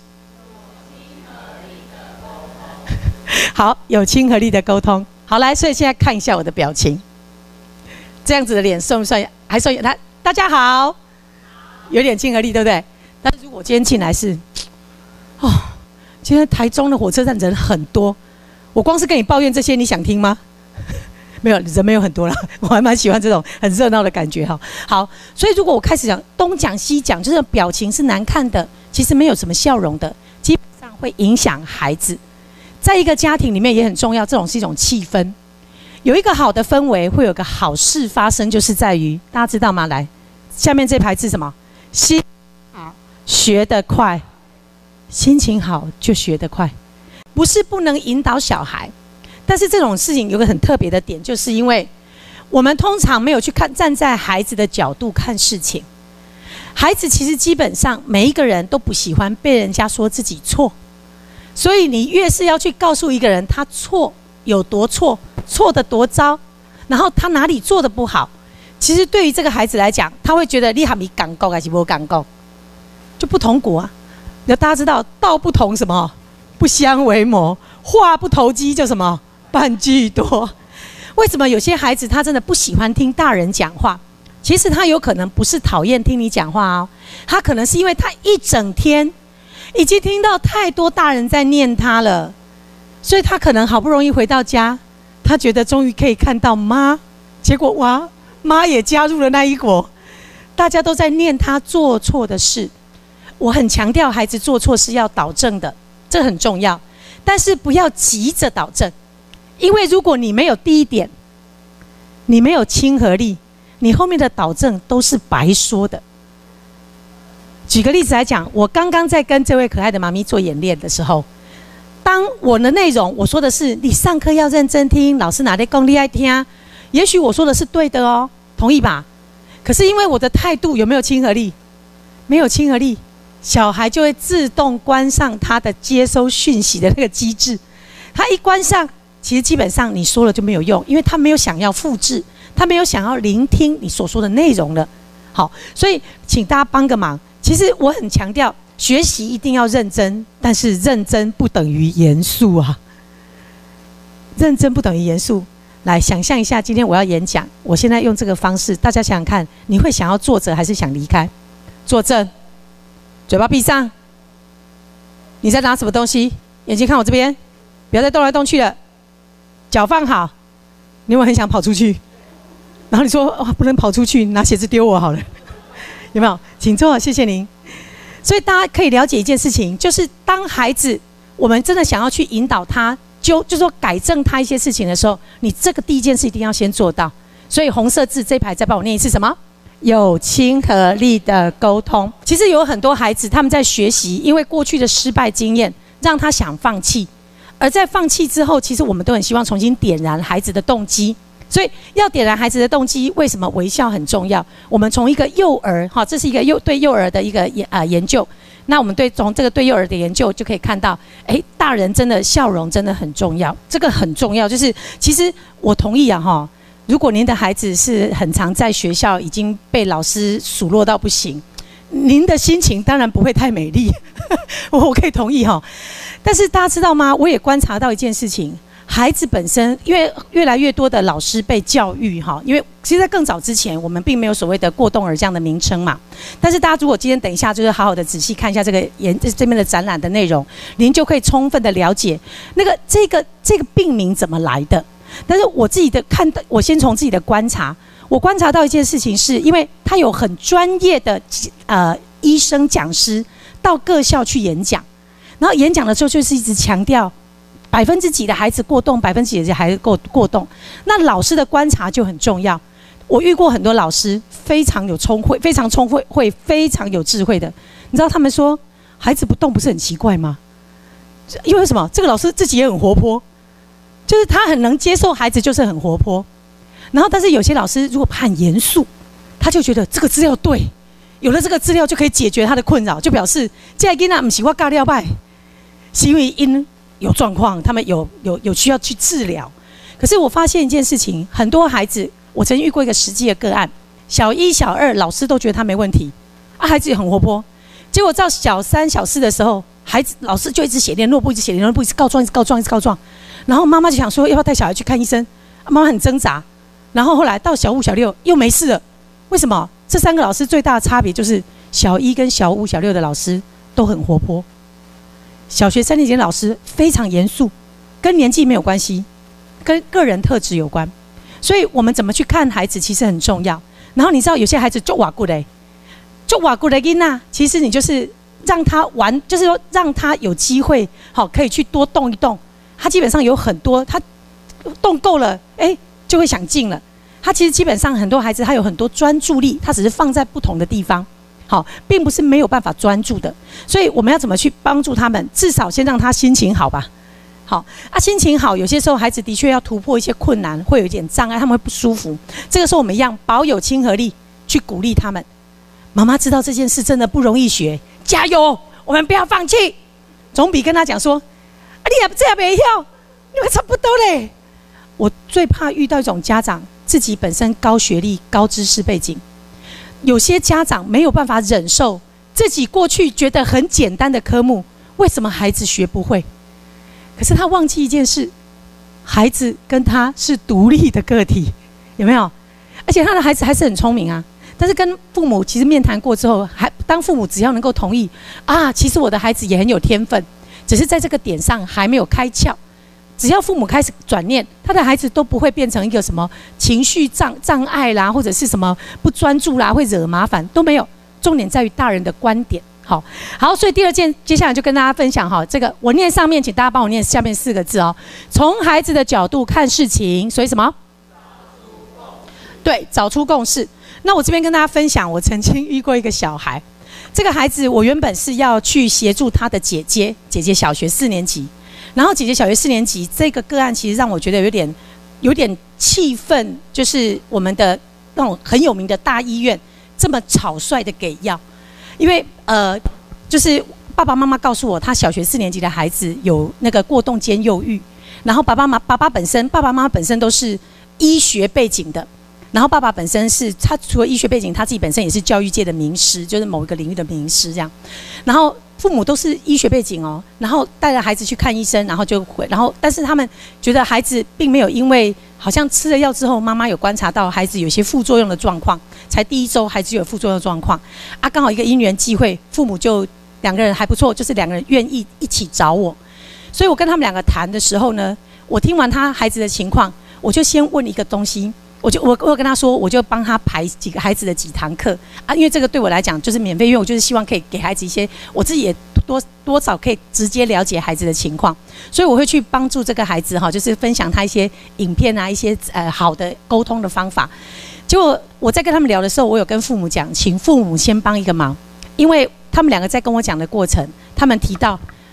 好，有亲和力的沟通。好，来，所以现在看一下我的表情，这样子的脸算不算？还算他大家好，有点亲和力，对不对？但是如果我今天进来是，哦。今天台中的火车站人很多，我光是跟你抱怨这些，你想听吗？没有，人没有很多啦，我还蛮喜欢这种很热闹的感觉哈。好，所以如果我开始讲东讲西讲，就是表情是难看的，其实没有什么笑容的，基本上会影响孩子。在一个家庭里面也很重要，这种是一种气氛，有一个好的氛围，会有个好事发生，就是在于大家知道吗？来，下面这排字什么？心好，学得快。心情好就学得快，不是不能引导小孩，但是这种事情有个很特别的点，就是因为我们通常没有去看站在孩子的角度看事情。孩子其实基本上每一个人都不喜欢被人家说自己错，所以你越是要去告诉一个人他错有多错，错得多糟，然后他哪里做得不好，其实对于这个孩子来讲，他会觉得你还没讲够还是没讲够，就不同国啊。大家知道道不同什么不相为谋，话不投机就什么半句多。为什么有些孩子他真的不喜欢听大人讲话？其实他有可能不是讨厌听你讲话哦，他可能是因为他一整天已经听到太多大人在念他了，所以他可能好不容易回到家，他觉得终于可以看到妈，结果哇，妈也加入了那一国，大家都在念他做错的事。我很强调，孩子做错是要导正的，这很重要。但是不要急着导正，因为如果你没有第一点，你没有亲和力，你后面的导正都是白说的。举个例子来讲，我刚刚在跟这位可爱的妈咪做演练的时候，当我的内容我说的是你上课要认真听，老师哪里讲你爱听，也许我说的是对的哦，同意吧？可是因为我的态度有没有亲和力？没有亲和力，小孩就会自动关上他的接收讯息的那个机制。他一关上，其实基本上你说了就没有用，因为他没有想要复制，他没有想要聆听你所说的内容了。好，所以请大家帮个忙。其实我很强调，学习一定要认真，但是认真不等于严肃啊。认真不等于严肃。来想象一下，今天我要演讲，我现在用这个方式，大家想想看，你会想要坐着还是想离开？坐正，嘴巴闭上。你在拿什么东西？眼睛看我这边，不要再动来动去了。脚放好。你有没有很想跑出去？然后你说哇，不能跑出去，拿鞋子丢我好了。有没有？请坐，谢谢您。所以大家可以了解一件事情，就是当孩子我们真的想要去引导他，就就说改正他一些事情的时候，你这个第一件事一定要先做到。所以红色字这一排再帮我念一次什么？有亲和力的沟通。其实有很多孩子他们在学习，因为过去的失败经验让他想放弃， 而在放弃之后，其实我们都很希望重新点燃孩子的动机。所以要点燃孩子的动机，为什么微笑很重要？我们从一个幼儿，哈，这是一个幼对幼儿的一个研啊研究。那我们对从这个对幼儿的研究就可以看到，哎，大人真的笑容真的很重要，这个很重要。就是其实我同意啊，哈，如果您的孩子是很常在学校已经被老师数落到不行，您的心情当然不会太美丽，我可以同意哈。但是大家知道吗？我也观察到一件事情。孩子本身，因为越来越多的老师被教育哈，因为其实在更早之前，我们并没有所谓的过动儿这样的名称嘛。但是大家如果今天等一下就是好好的仔细看一下这个研这边的展览的内容，您就可以充分的了解那个这个这个病名怎么来的。但是我自己的看，我先从自己的观察，我观察到一件事情是，因为他有很专业的呃医生讲师到各校去演讲，然后演讲的时候就是一直强调。百分之几的孩子过动，百分之几的孩子过过动，那老师的观察就很重要。我遇过很多老师，非常有聪慧，非常聪慧，会非常有智慧的。你知道他们说，孩子不动不是很奇怪吗？因为什么？这个老师自己也很活泼，就是他很能接受孩子就是很活泼。然后，但是有些老师如果很严肃，他就觉得这个资料对，有了这个资料就可以解决他的困扰，就表示这个囡仔不是我教了歹，是因为因。有状况，他们有有有需要去治疗。可是我发现一件事情，很多孩子，我曾经遇过一个实际的个案，小一、小二老师都觉得他没问题，啊，孩子也很活泼。结果到小三、小四的时候，孩子老师就一直写联络簿，一直写联络簿，一直告状，一直告状，一直告状。然后妈妈就想说，要不要带小孩去看医生？妈妈很挣扎。然后后来到小五、小六又没事了，为什么？这三个老师最大的差别就是小一跟小五、小六的老师都很活泼。小学三年级的老师非常严肃，跟年纪没有关系，跟个人特质有关。所以我们怎么去看孩子其实很重要。然后你知道有些孩子就瓦固嘞，就瓦固的囡仔，其实你就是让他玩，就是说让他有机会，好可以去多动一动。他基本上有很多，他动够了，哎，就会想静了。他其实基本上很多孩子他有很多专注力，他只是放在不同的地方。好，并不是没有办法专注的，所以我们要怎么去帮助他们？至少先让他心情好吧。好啊，心情好，有些时候孩子的确要突破一些困难，会有一点障碍，他们会不舒服。这个时候我们一样保有亲和力，去鼓励他们。妈妈知道这件事真的不容易学，加油，我们不要放弃。总比跟他讲说，啊，你也这样没要，你们差不多嘞。我最怕遇到一种家长自己本身高学历、高知识背景。有些家长没有办法忍受自己过去觉得很简单的科目，为什么孩子学不会？可是他忘记一件事，孩子跟他是独立的个体，有没有？而且他的孩子还是很聪明啊。但是跟父母其实面谈过之后，还当父母只要能够同意啊，其实我的孩子也很有天分，只是在这个点上还没有开窍。只要父母开始转念，他的孩子都不会变成一个什么情绪障障碍啦，或者是什么不专注啦，会惹麻烦都没有。重点在于大人的观点。好，好，所以第二件，接下来就跟大家分享哈，这个我念上面，请大家帮我念下面四个字哦。从孩子的角度看事情，所以什么？对，找出共识。那我这边跟大家分享，我曾经遇过一个小孩，这个孩子我原本是要去协助他的姐姐，姐姐小学四年级。然后姐姐小学四年级这个个案，其实让我觉得有点有点气愤，就是我们的那种很有名的大医院这么草率的给药，因为呃，就是爸爸妈妈告诉我，他小学四年级的孩子有那个过动兼忧郁，然后爸爸妈爸爸本身爸爸妈妈本身都是医学背景的。然后爸爸本身是他除了医学背景，他自己本身也是教育界的名师，就是某一个领域的名师这样。然后父母都是医学背景哦，然后带着孩子去看医生，然后就回，然后但是他们觉得孩子并没有因为好像吃了药之后，妈妈有观察到孩子有些副作用的状况，才第一周孩子有副作用的状况啊，刚好一个因缘际会，父母就两个人还不错，就是两个人愿意一起找我，所以我跟他们两个谈的时候呢，我听完他孩子的情况，我就先问一个东西。我就我我跟他说，我就帮他排几个孩子的几堂课啊，因为这个对我来讲就是免费，因为我就是希望可以给孩子一些，我自己也多多少可以直接了解孩子的情况，所以我会去帮助这个孩子哈，就是分享他一些影片啊，一些呃好的沟通的方法。结果我在跟他们聊的时候，我有跟父母讲，请父母先帮一个忙，因为他们两个在跟我讲的过程，他们提到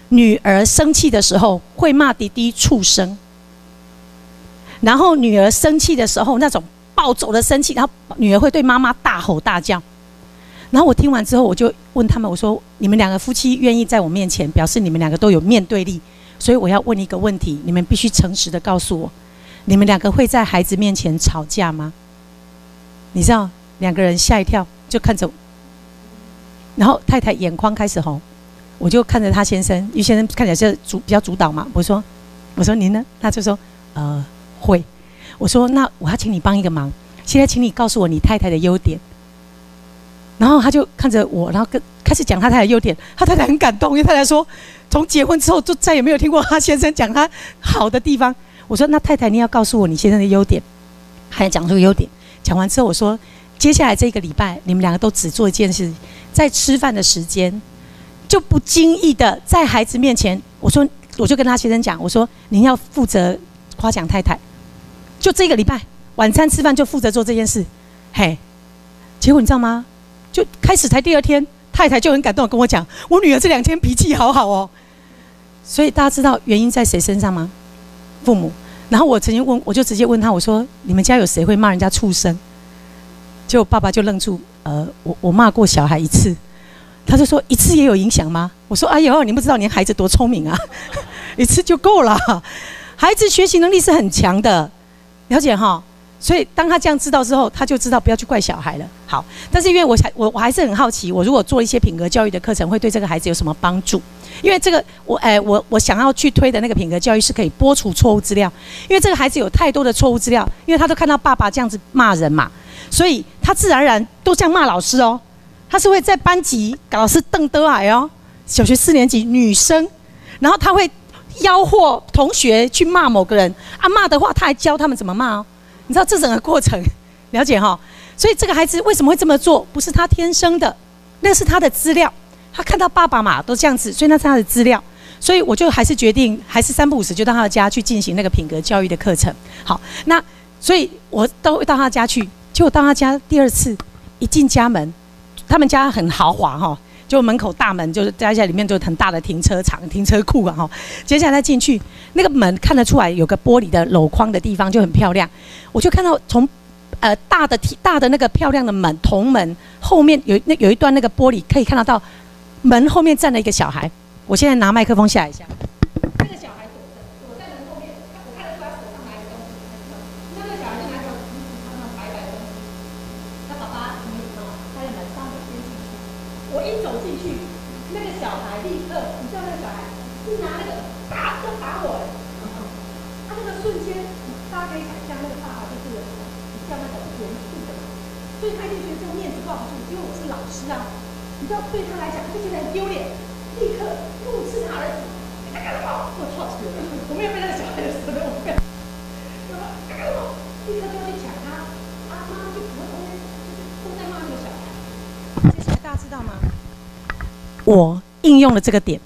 女儿生气的时候会骂弟弟畜生，然后女儿生气的时候那种暴走的生气，然后女儿会对妈妈大吼大叫。然后我听完之后，我就问他们，我说：你们两个夫妻愿意在我面前，表示你们两个都有面对力，所以我要问一个问题，你们必须诚实的告诉我，你们两个会在孩子面前吵架吗？你知道，两个人吓一跳，就看着我，然后太太眼眶开始红，我就看着他先生，因为先生看起来是主比较主导嘛，我说：我说您呢？他就说：呃，会。我说：那我要请你帮一个忙，现在请你告诉我你太太的优点。然后他就看着我，然后跟开始讲他太太的优点。他太太很感动，因为太太说，从结婚之后就再也没有听过他先生讲他好的地方。我说：那太太，你要告诉我你先生的优点。还讲出优点。讲完之后，我说：接下来这个礼拜，你们两个都只做一件事，在吃饭的时间，就不经意的在孩子面前，我说，我就跟他先生讲，我说：您要负责夸奖太太，就这个礼拜晚餐吃饭就负责做这件事。嘿，结果你知道吗？就开始才第二天，太太就很感动跟我讲，我女儿这两天脾气好好哦。所以大家知道原因在谁身上吗？父母。然后我曾经问，我就直接问他，我说：你们家有谁会骂人家畜生？结果爸爸就愣住，呃，我我骂过小孩一次。他就说：一次也有影响吗？我说：哎呦，你不知道你孩子多聪明啊，一次就够了。孩子学习能力是很强的，了解哈。所以当他这样知道之后，他就知道不要去怪小孩了。好，但是因为我还我我还是很好奇，我如果做一些品格教育的课程，会对这个孩子有什么帮助？因为这个我哎、呃、我我想要去推的那个品格教育是可以剥除错误资料，因为这个孩子有太多的错误资料，因为他都看到爸爸这样子骂人嘛，所以他自然而然都这样骂老师哦。他是会在班级搞老师瞪得矮哦，小学四年级女生，然后他会吆喝同学去骂某个人啊，骂的话他还教他们怎么骂哦。你知道这整个过程，了解哈？所以这个孩子为什么会这么做？不是他天生的，那是他的资料。他看到爸爸嘛都这样子，所以那是他的资料。所以我就还是决定，还是三不五时就到他的家去进行那个品格教育的课程。好，那所以我都会到他家去。结果到他家第二次，一进家门，他们家很豪华哈，就门口大门就是在家里面就很大的停车场、停车库啊哈。接下来再进去，那个门看得出来有个玻璃的镂框的地方就很漂亮。我就看到从呃大的大的那个漂亮的门铜门后面有那有一段那个玻璃，可以看得到门后面站了一个小孩。我现在拿麦克风下来一下，那个小孩躲着躲在门后面，我看得出他手上拿一个东西。那个小孩就拿着长长白白的东西。他爸爸没有到，他在门上面先进去。我一走进去，那个小孩立刻，你知道那个小孩是拿那个打就打我，他那个瞬间。大家可以想象，那个爸爸就是比较那种严肃的，所以他就觉得这个面子挂不住，因为我是老师啊，你知道对他来讲，他就觉得很丢脸，立刻怒斥他儿子：“你在干什么？”我操！我没有被那个小孩的舌头，我干，我说干什么？立刻就去抢他，啊妈就不会都在骂那个小孩。接下来大家知道吗？我应用了这个点。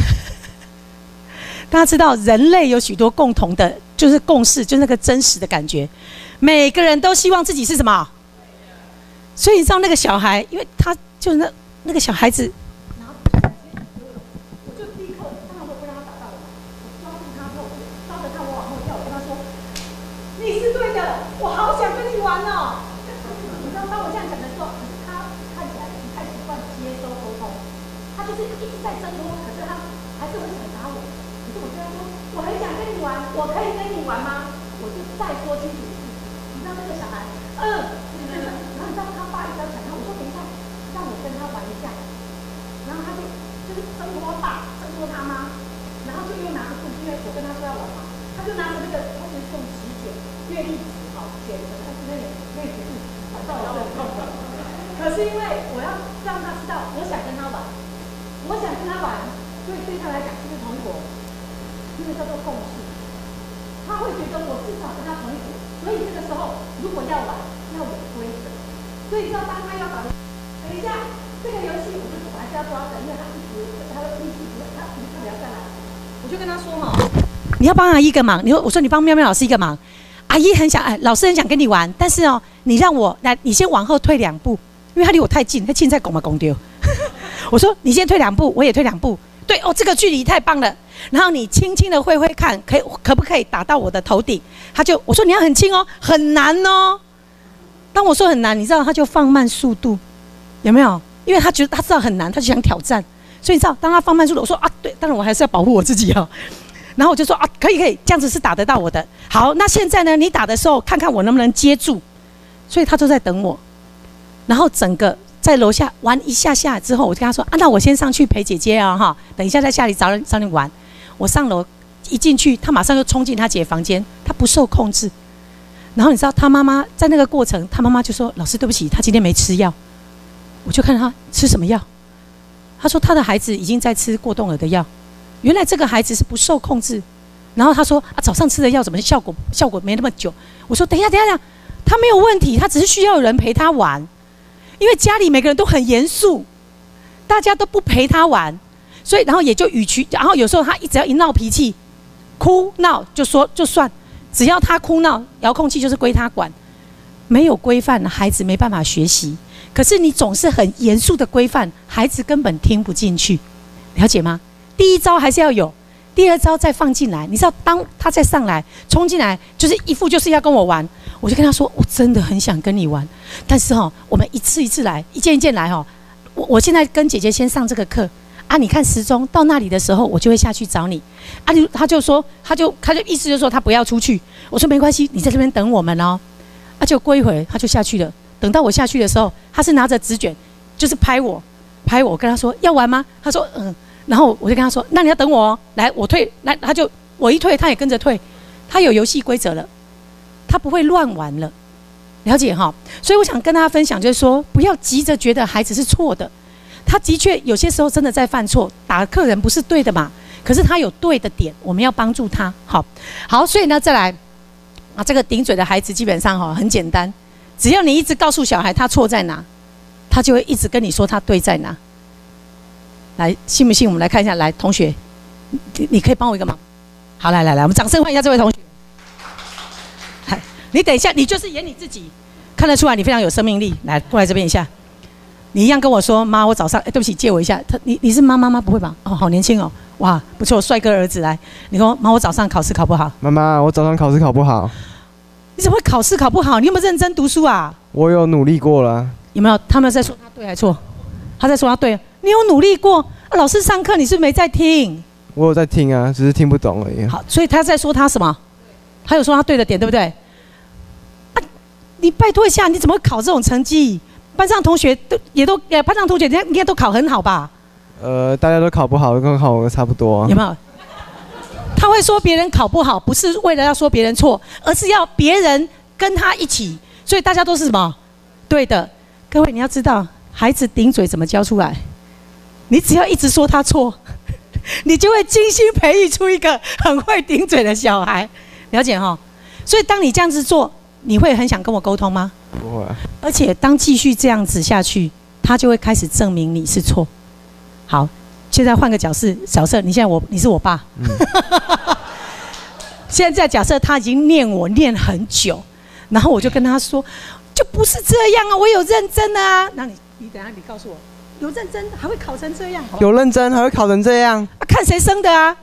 大家知道，人类有许多共同的，就是共识，就是那个真实的感觉。每个人都希望自己是什么？所以你知道那个小孩，因为他就是那那个小孩子，然后我就立刻，当然我不让他打到我，我抓住他后，抓着他我往后跳，我跟他说：“你是对的，我好想跟你玩哦。”你知道，当我这样讲的时候，他看起来不太习惯接收沟通，他就是一直在挣脱，可是他还是很想打我。可是我跟他说，我很想跟你玩，我可以跟你玩吗？我就再说清楚一次。你知道那个小孩，嗯，然后你知道他爸一直要抢他，我说等一下，让我跟他玩一下。然后他就就是挣脱爸，挣脱他妈，然后就又拿着棍，因为我跟他说要玩嘛，他就拿着那个，他就用纸卷、月历纸哈卷着，但是那也那也是反倒也是很痛的。可是因为我要让他知道，我想跟他玩，我想跟他玩，所以对他来讲就是同一国。那个叫做共识，他会觉得我至少跟他同一组，所以这个时候如果要玩，要有规则。所以你知道，当他要打的，等一下这个游戏，我就我还是要抓着，因为他一直他的力气不，他一直不要再来。我就跟他说哈，你要帮阿姨一个忙，你说我说你帮妙妙老师一个忙，阿姨很想哎，老师很想跟你玩，但是哦，你让我来，你先往后退两步，因为他离我太近，他近在拱嘛拱丢。我说你先退两步，我也退两步。 对哦，这个距离太棒了。然后你轻轻的挥挥看，可以可不可以打到我的头顶？他就我说你要很轻哦，很难哦。当我说很难，你知道他就放慢速度，有没有？因为他觉得他知道很难，他就想挑战。所以你知道，当他放慢速度，我说啊，对，当然我还是要保护我自己哦。然后我就说啊，可以可以，这样子是打得到我的。好，那现在呢，你打的时候看看我能不能接住。所以他都在等我。然后整个在楼下玩一下下之后，我就跟他说啊，那我先上去陪姐姐啊哈，等一下在下里找找你玩。我上楼一进去，他马上就冲进他姐房间，他不受控制。然后你知道他妈妈在那个过程，他妈妈就说：“老师对不起，他今天没吃药。”我就看他吃什么药。他说他的孩子已经在吃过动儿的药。原来这个孩子是不受控制。然后他说啊，早上吃的药怎么效果效果没那么久？我说等一下等一下等一下，他没有问题，他只是需要有人陪他玩。因为家里每个人都很严肃，大家都不陪他玩，所以然后也就与其，然后有时候他只要一闹脾气、哭闹，就说就算，只要他哭闹，遥控器就是归他管。没有规范，孩子没办法学习。可是你总是很严肃的规范，孩子根本听不进去，了解吗？第一招还是要有，第二招再放进来。你知道，当他再上来冲进来，就是一副就是要跟我玩，我就跟他说，我真的很想跟你玩，但是哦，我们一次一次来，一件一件来哦。我我现在跟姐姐先上这个课啊，你看时钟到那里的时候，我就会下去找你啊。他就说，他就他就意思就是说他不要出去。我说没关系，你在这边等我们哦。啊，就过一会儿他就下去了。等到我下去的时候，他是拿着纸卷，就是拍我，拍我，跟他说要玩吗？他说嗯，然后我就跟他说，那你要等我哦，来我退，来他就我一退，他也跟着退，他有游戏规则了，他不会乱玩了，了解哈？所以我想跟大家分享，就是说不要急着觉得孩子是错的，他的确有些时候真的在犯错，打客人不是对的嘛，可是他有对的点，我们要帮助他，好，好，所以呢再来啊，这个顶嘴的孩子基本上哈很简单。只要你一直告诉小孩他错在哪，他就会一直跟你说他对在哪。来，信不信？我们来看一下。来，同学，你你可以帮我一个忙。好，来来来，我们掌声欢迎一下这位同学。来，你等一下，你就是演你自己，看得出来你非常有生命力。来，过来这边一下。你一样跟我说，妈，我早上，哎，对不起，借我一下。他，你你是妈妈吗？不会吧？哦，好年轻哦，哇，不错，帅哥儿子。来，你说，妈，我早上考试考不好。 妈妈，我早上考试考不好。 你怎么会考试考不好？你有没有认真读书啊？ 我有努力过了。 有没有？他们在说他对还是错？他在说他对。你有努力过？啊、老师上课你是不是没在听？ 我有在听啊，只是听不懂而已。 好，所以他在说他什么？他有说他对的点，对不对？啊，你拜托一下，你怎么会考这种成绩？班上同学都也都，班上同学应该都考很好吧？ 呃，大家都考不好，跟考我差不多、啊。 有没有？他会说别人考不好，不是为了要说别人错，而是要别人跟他一起，所以大家都是什么？对的。各位你要知道，孩子顶嘴怎么教出来？你只要一直说他错，你就会精心培育出一个很会顶嘴的小孩，了解哈？所以当你这样子做，你会很想跟我沟通吗？ 不会、啊。而且当继续这样子下去，他就会开始证明你是错。好。现在换个角色，角色，你现在我你是我爸。嗯、现在假设他已经念我念很久，然后我就跟他说，就不是这样啊，我有认真啊。那你你等一下你告诉我，有认真还会考成这样？好不好有认真还会考成这样？ 啊、看谁生的啊？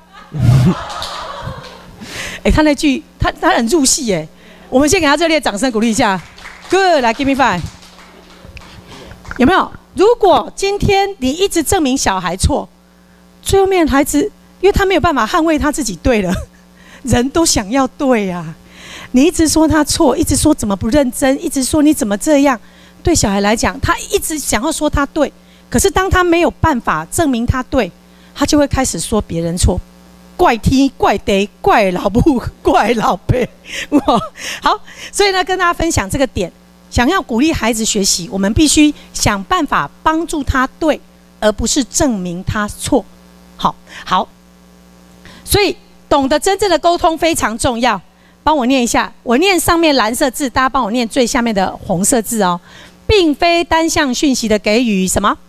哎、欸，他那句他他很入戏哎，我们先给他热烈掌声鼓励一下。Good， 来 give me five。有没有？如果今天你一直证明小孩错，最后面孩子，因为他没有办法捍卫他自己对了，人都想要对啊。你一直说他错，一直说怎么不认真，一直说你怎么这样，对小孩来讲，他一直想要说他对，可是当他没有办法证明他对，他就会开始说别人错，怪天怪地怪老母怪老爸。好，所以呢，跟大家分享这个点，想要鼓励孩子学习，我们必须想办法帮助他对，而不是证明他错。好，好，所以懂得真正的沟通非常重要。帮我念一下，我念上面蓝色字，大家帮我念最下面的红色字哦。并非单向讯息的给予什么？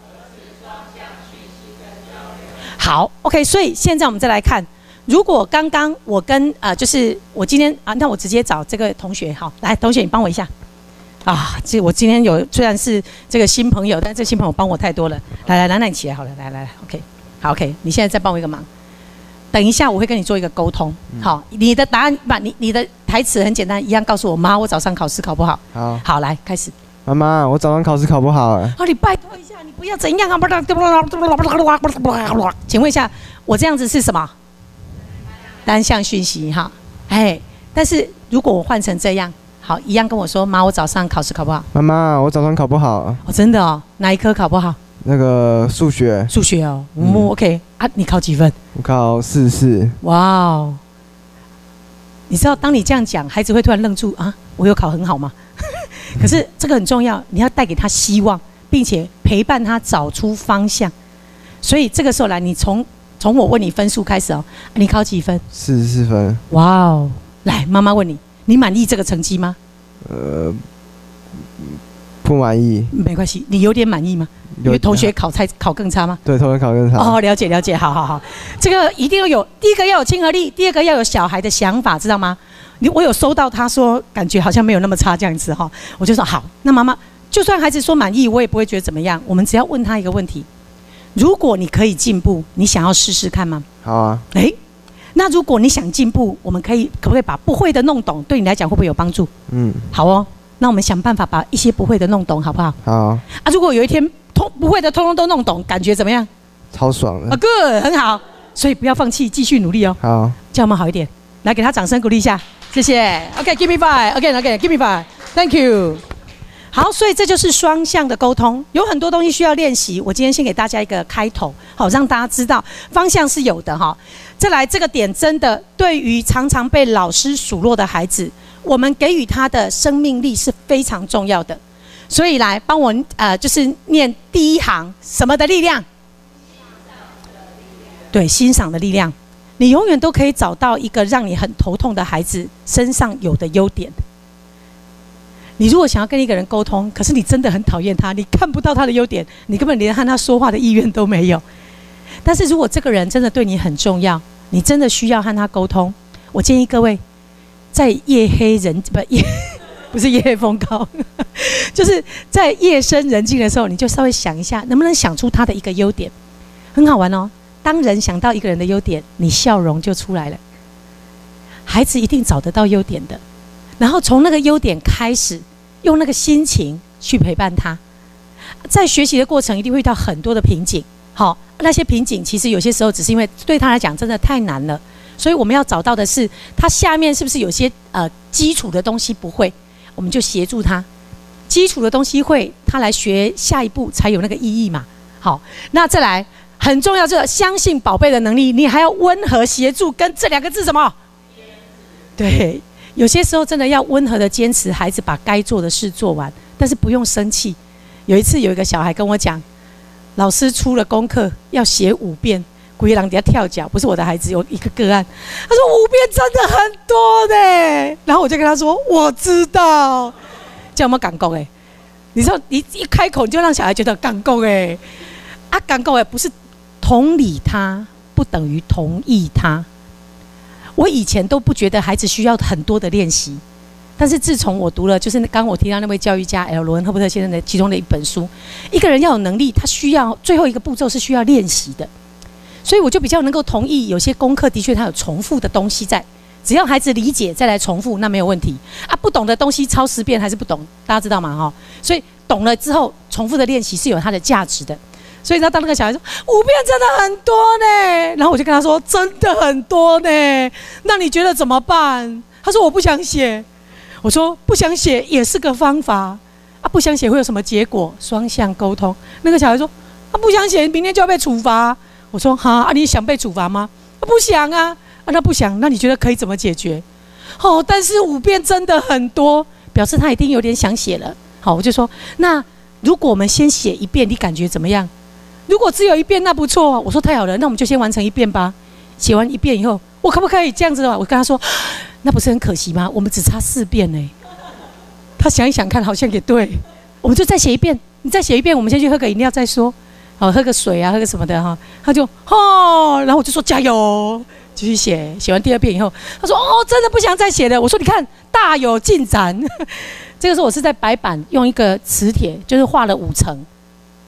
好 ，OK。所以现在我们再来看，如果刚刚我跟呃，就是我今天啊，那我直接找这个同学，好，来，同学你帮我一下。啊，这我今天有虽然是这个新朋友，但这新朋友帮我太多了。来来，来，那你起来好了，来来来 ，OK。 好 ，OK， 你现在再帮我一个忙。等一下我会跟你做一个沟通。嗯、好，你的答案把你你的台词很简单，一样告诉我妈，我早上考试考不好。 好， 好，来开始。 妈妈，我早上考试考不好。 好，你拜托一下，你不要怎样啊！请问一下，我这样子是什么？单向讯息哈。哎，但是如果我换成这样，好，一样跟我说，妈，我早上考试考不好。 妈妈，我早上考不好。 哦，真的哦，哪一科考不好？ 那个数学。 数学哦，嗯 ，OK 啊，你考几分？ 我考四四。 哇哦！你知道，当你这样讲，孩子会突然愣住啊，我有考很好吗？可是这个很重要，你要带给他希望，并且陪伴他找出方向。所以这个时候来，你从从我问你分数开始哦，你考几分？ 四十四分。 哇哦！来，妈妈问你，你满意这个成绩吗？ 呃，不满意。 没关系，你有点满意吗？因为同学考才考更差吗？ 对，同学考更差。 哦，了解了解，好好好，这个一定要有，第一个要有亲和力，第二个要有小孩的想法，知道吗？你我有收到他说感觉好像没有那么差这样子哈，我就说好，那妈妈就算孩子说满意，我也不会觉得怎么样，我们只要问他一个问题：如果你可以进步，你想要试试看吗？ 好啊。 哎，那如果你想进步，我们可以可不可以把不会的弄懂？对你来讲会不会有帮助？嗯，好哦，那我们想办法把一些不会的弄懂，好不好？ 好啊。 啊，如果有一天通不会的通通都弄懂，感觉怎么样？ 超爽的。 啊 ，good， 很好，所以不要放弃，继续努力哦。 好， 这样我们好一点。来，给他掌声鼓励一下，谢谢。OK，give me five。OK，OK，give me five。Thank you。好，所以这就是双向的沟通，有很多东西需要练习。我今天先给大家一个开头，好让大家知道方向是有的哈。再来，这个点真的对于常常被老师数落的孩子，我们给予他的生命力是非常重要的。所以来帮我呃，就是念第一行什么的力量？对，欣赏的力量。你永远都可以找到一个让你很头痛的孩子身上有的优点。你如果想要跟一个人沟通，可是你真的很讨厌他，你看不到他的优点，你根本连和他说话的意愿都没有。但是如果这个人真的对你很重要，你真的需要和他沟通，我建议各位在夜黑人不夜不是夜黑风高，就是在夜深人静的时候，你就稍微想一下，能不能想出他的一个优点，很好玩哦。当人想到一个人的优点，你笑容就出来了。孩子一定找得到优点的，然后从那个优点开始，用那个心情去陪伴他。在学习的过程，一定会遇到很多的瓶颈。好，那些瓶颈其实有些时候只是因为对他来讲真的太难了，所以我们要找到的是他下面是不是有些呃基础的东西不会，我们就协助他。基础的东西会，他来学下一步才有那个意义嘛。好，那再来。很重要，这个相信宝贝的能力，你还要温和协助，跟这两个字什么？对，有些时候真的要温和的坚持，孩子把该做的事做完，但是不用生气。有一次有一个小孩跟我讲，老师出了功课要写五遍，鬼狼底下跳脚，不是我的孩子，有一个个案，他说五遍真的很多呢，然后我就跟他说，我知道，这样有没有感动？哎，你知道，你一开口你就让小孩觉得感动哎，啊，感动哎，不是。同理他不等于同意他。我以前都不觉得孩子需要很多的练习，但是自从我读了，就是刚刚我提到那位教育家 L 罗恩赫伯特先生的其中的一本书，一个人要有能力，他需要最后一个步骤是需要练习的，所以我就比较能够同意，有些功课的确它有重复的东西在，只要孩子理解再来重复，那没有问题啊。不懂的东西抄十遍还是不懂，大家知道吗？哈，所以懂了之后，重复的练习是有它的价值的。所以他当那个小孩说五遍真的很多呢，然后我就跟他说真的很多呢，那你觉得怎么办？他说我不想写。我说不想写也是个方法啊，不想写会有什么结果？双向沟通。那个小孩说他不想写，明天就要被处罚。我说哈啊，你想被处罚吗？他不想啊，啊那不想，那你觉得可以怎么解决？哦，但是五遍真的很多，表示他一定有点想写了。好，我就说那如果我们先写一遍，你感觉怎么样？如果只有一遍那不错，我说太好了，那我们就先完成一遍吧。写完一遍以后，我可不可以这样子的？我跟他说，那不是很可惜吗？我们只差四遍呢。他想一想看，好像也对，我们就再写一遍。你再写一遍，我们先去喝个饮料再说，好，喝个水啊，喝个什么的哈。他就哦，然后我就说加油，继续写。写完第二遍以后，他说哦，真的不想再写了。我说你看大有进展。这个时候我是在白板用一个磁铁，就是画了五层。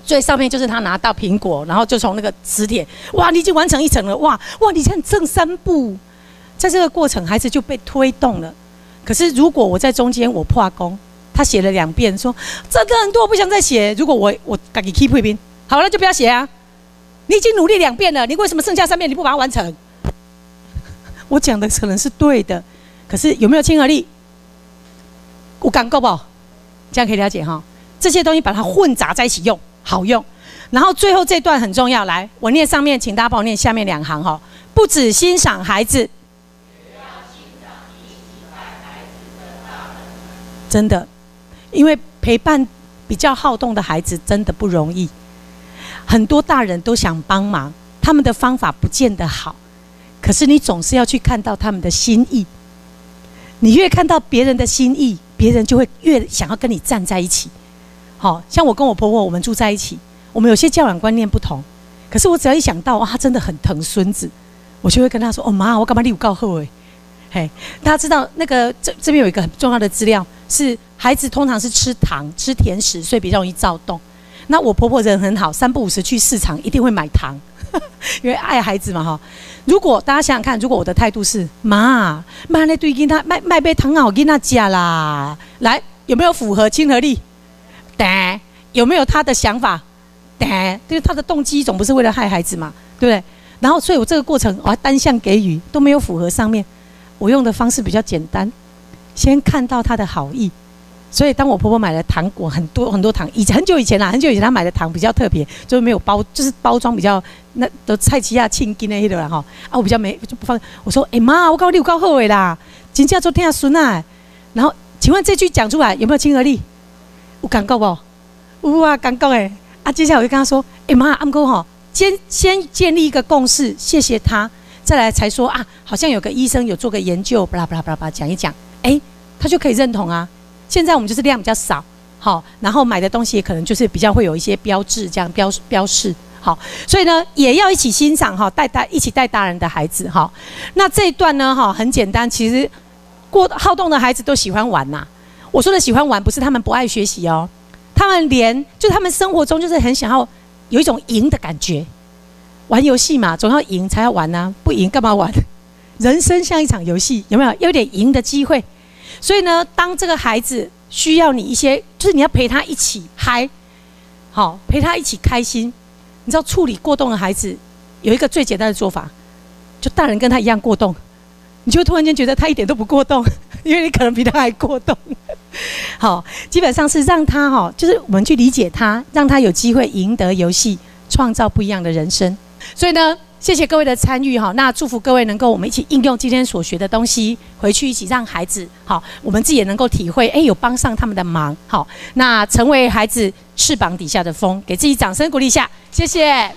最上面就是他拿到苹果，然后就从那个磁铁，哇，你已经完成一层了，哇哇，你看正三步，在这个过程，孩子就被推动了。可是如果我在中间我破功，他写了两遍，说真的很多，我不想再写。如果我我自己 keep 一遍，好了就不要写啊。你已经努力两遍了，你为什么剩下三遍你不把它完成？我讲的可能是对的，可是有没有亲和力？我讲够不好？这样可以了解哈。这些东西把它混杂在一起用。好用，然后最后这段很重要，来，我念上面，请大家帮我念下面两行哈。不只欣赏孩子，也要欣赏一起带孩子的大人。真的，因为陪伴比较好动的孩子真的不容易，很多大人都想帮忙，他们的方法不见得好，可是你总是要去看到他们的心意。你越看到别人的心意，别人就会越想要跟你站在一起。好像我跟我婆婆，我们住在一起，我们有些教养观念不同，可是我只要一想到，哇，她真的很疼孙子，我就会跟她说：“哦妈，我干嘛你有告后哎？”嘿，大家知道那个这这边有一个很重要的资料，是孩子通常是吃糖、吃甜食，所以比较容易躁动。那我婆婆人很好，三不五时去市场一定会买糖，因为爱孩子嘛哈。如果大家想想看，如果我的态度是妈妈那对囡仔卖卖杯糖好囡仔吃啦，来有没有符合亲和力？对，有没有他的想法？对，因为他的动机总不是为了害孩子嘛，对不对？然后，所以我这个过程我要单向给予都没有符合上面，我用的方式比较简单，先看到他的好意。所以，当我婆婆买了糖果，很多很多糖，以前很久以前啦，很久以前她买的糖比较特别，就是没有包，就是包装比较那的菜奇亚庆金那些的啦哈。啊，我比较没就不放。我说，哎、欸、妈，我搞你有够好的啦，真正做听孙啊。然后，请问这句讲出来有没有亲和力？有感觉不？有啊，感觉哎。啊，接下来我就跟他说：“哎、欸、妈，阿哥哈，先先建立一个共识，谢谢他，再来才说啊，好像有个医生有做个研究，巴拉巴拉巴拉巴拉讲一讲，哎、欸，他就可以认同啊。现在我们就是量比较少，好，然后买的东西也可能就是比较会有一些标志，这样标标示，好，所以呢，也要一起欣赏哈，带大一起带大人的孩子哈。那这一段呢，哈，很简单，其实过好动的孩子都喜欢玩呐、啊。”我说的喜欢玩，不是他们不爱学习哦，他们连就他们生活中就是很想要有一种赢的感觉。玩游戏嘛，总要赢才要玩啊，不赢干嘛玩？人生像一场游戏，有没有？有点赢的机会。所以呢，当这个孩子需要你一些，就是你要陪他一起嗨，好，陪他一起开心。你知道处理过动的孩子有一个最简单的做法，就大人跟他一样过动。你就会突然间觉得他一点都不过动，因为你可能比他还过动。好，基本上是让他哈，就是我们去理解他，让他有机会赢得游戏，创造不一样的人生。所以呢，谢谢各位的参与哈，那祝福各位能够我们一起应用今天所学的东西，回去一起让孩子好，我们自己也能够体会，哎，有帮上他们的忙。好，那成为孩子翅膀底下的风，给自己掌声鼓励一下，谢谢。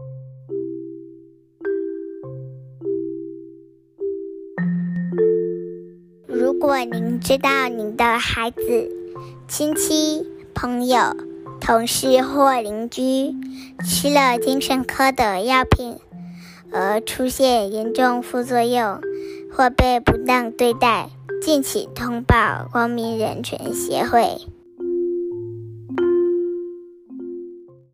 如果您知道您的孩子、亲戚、朋友、同事或邻居吃了精神科的药品而出现严重副作用或被不当对待，敬请通报光明人权协会。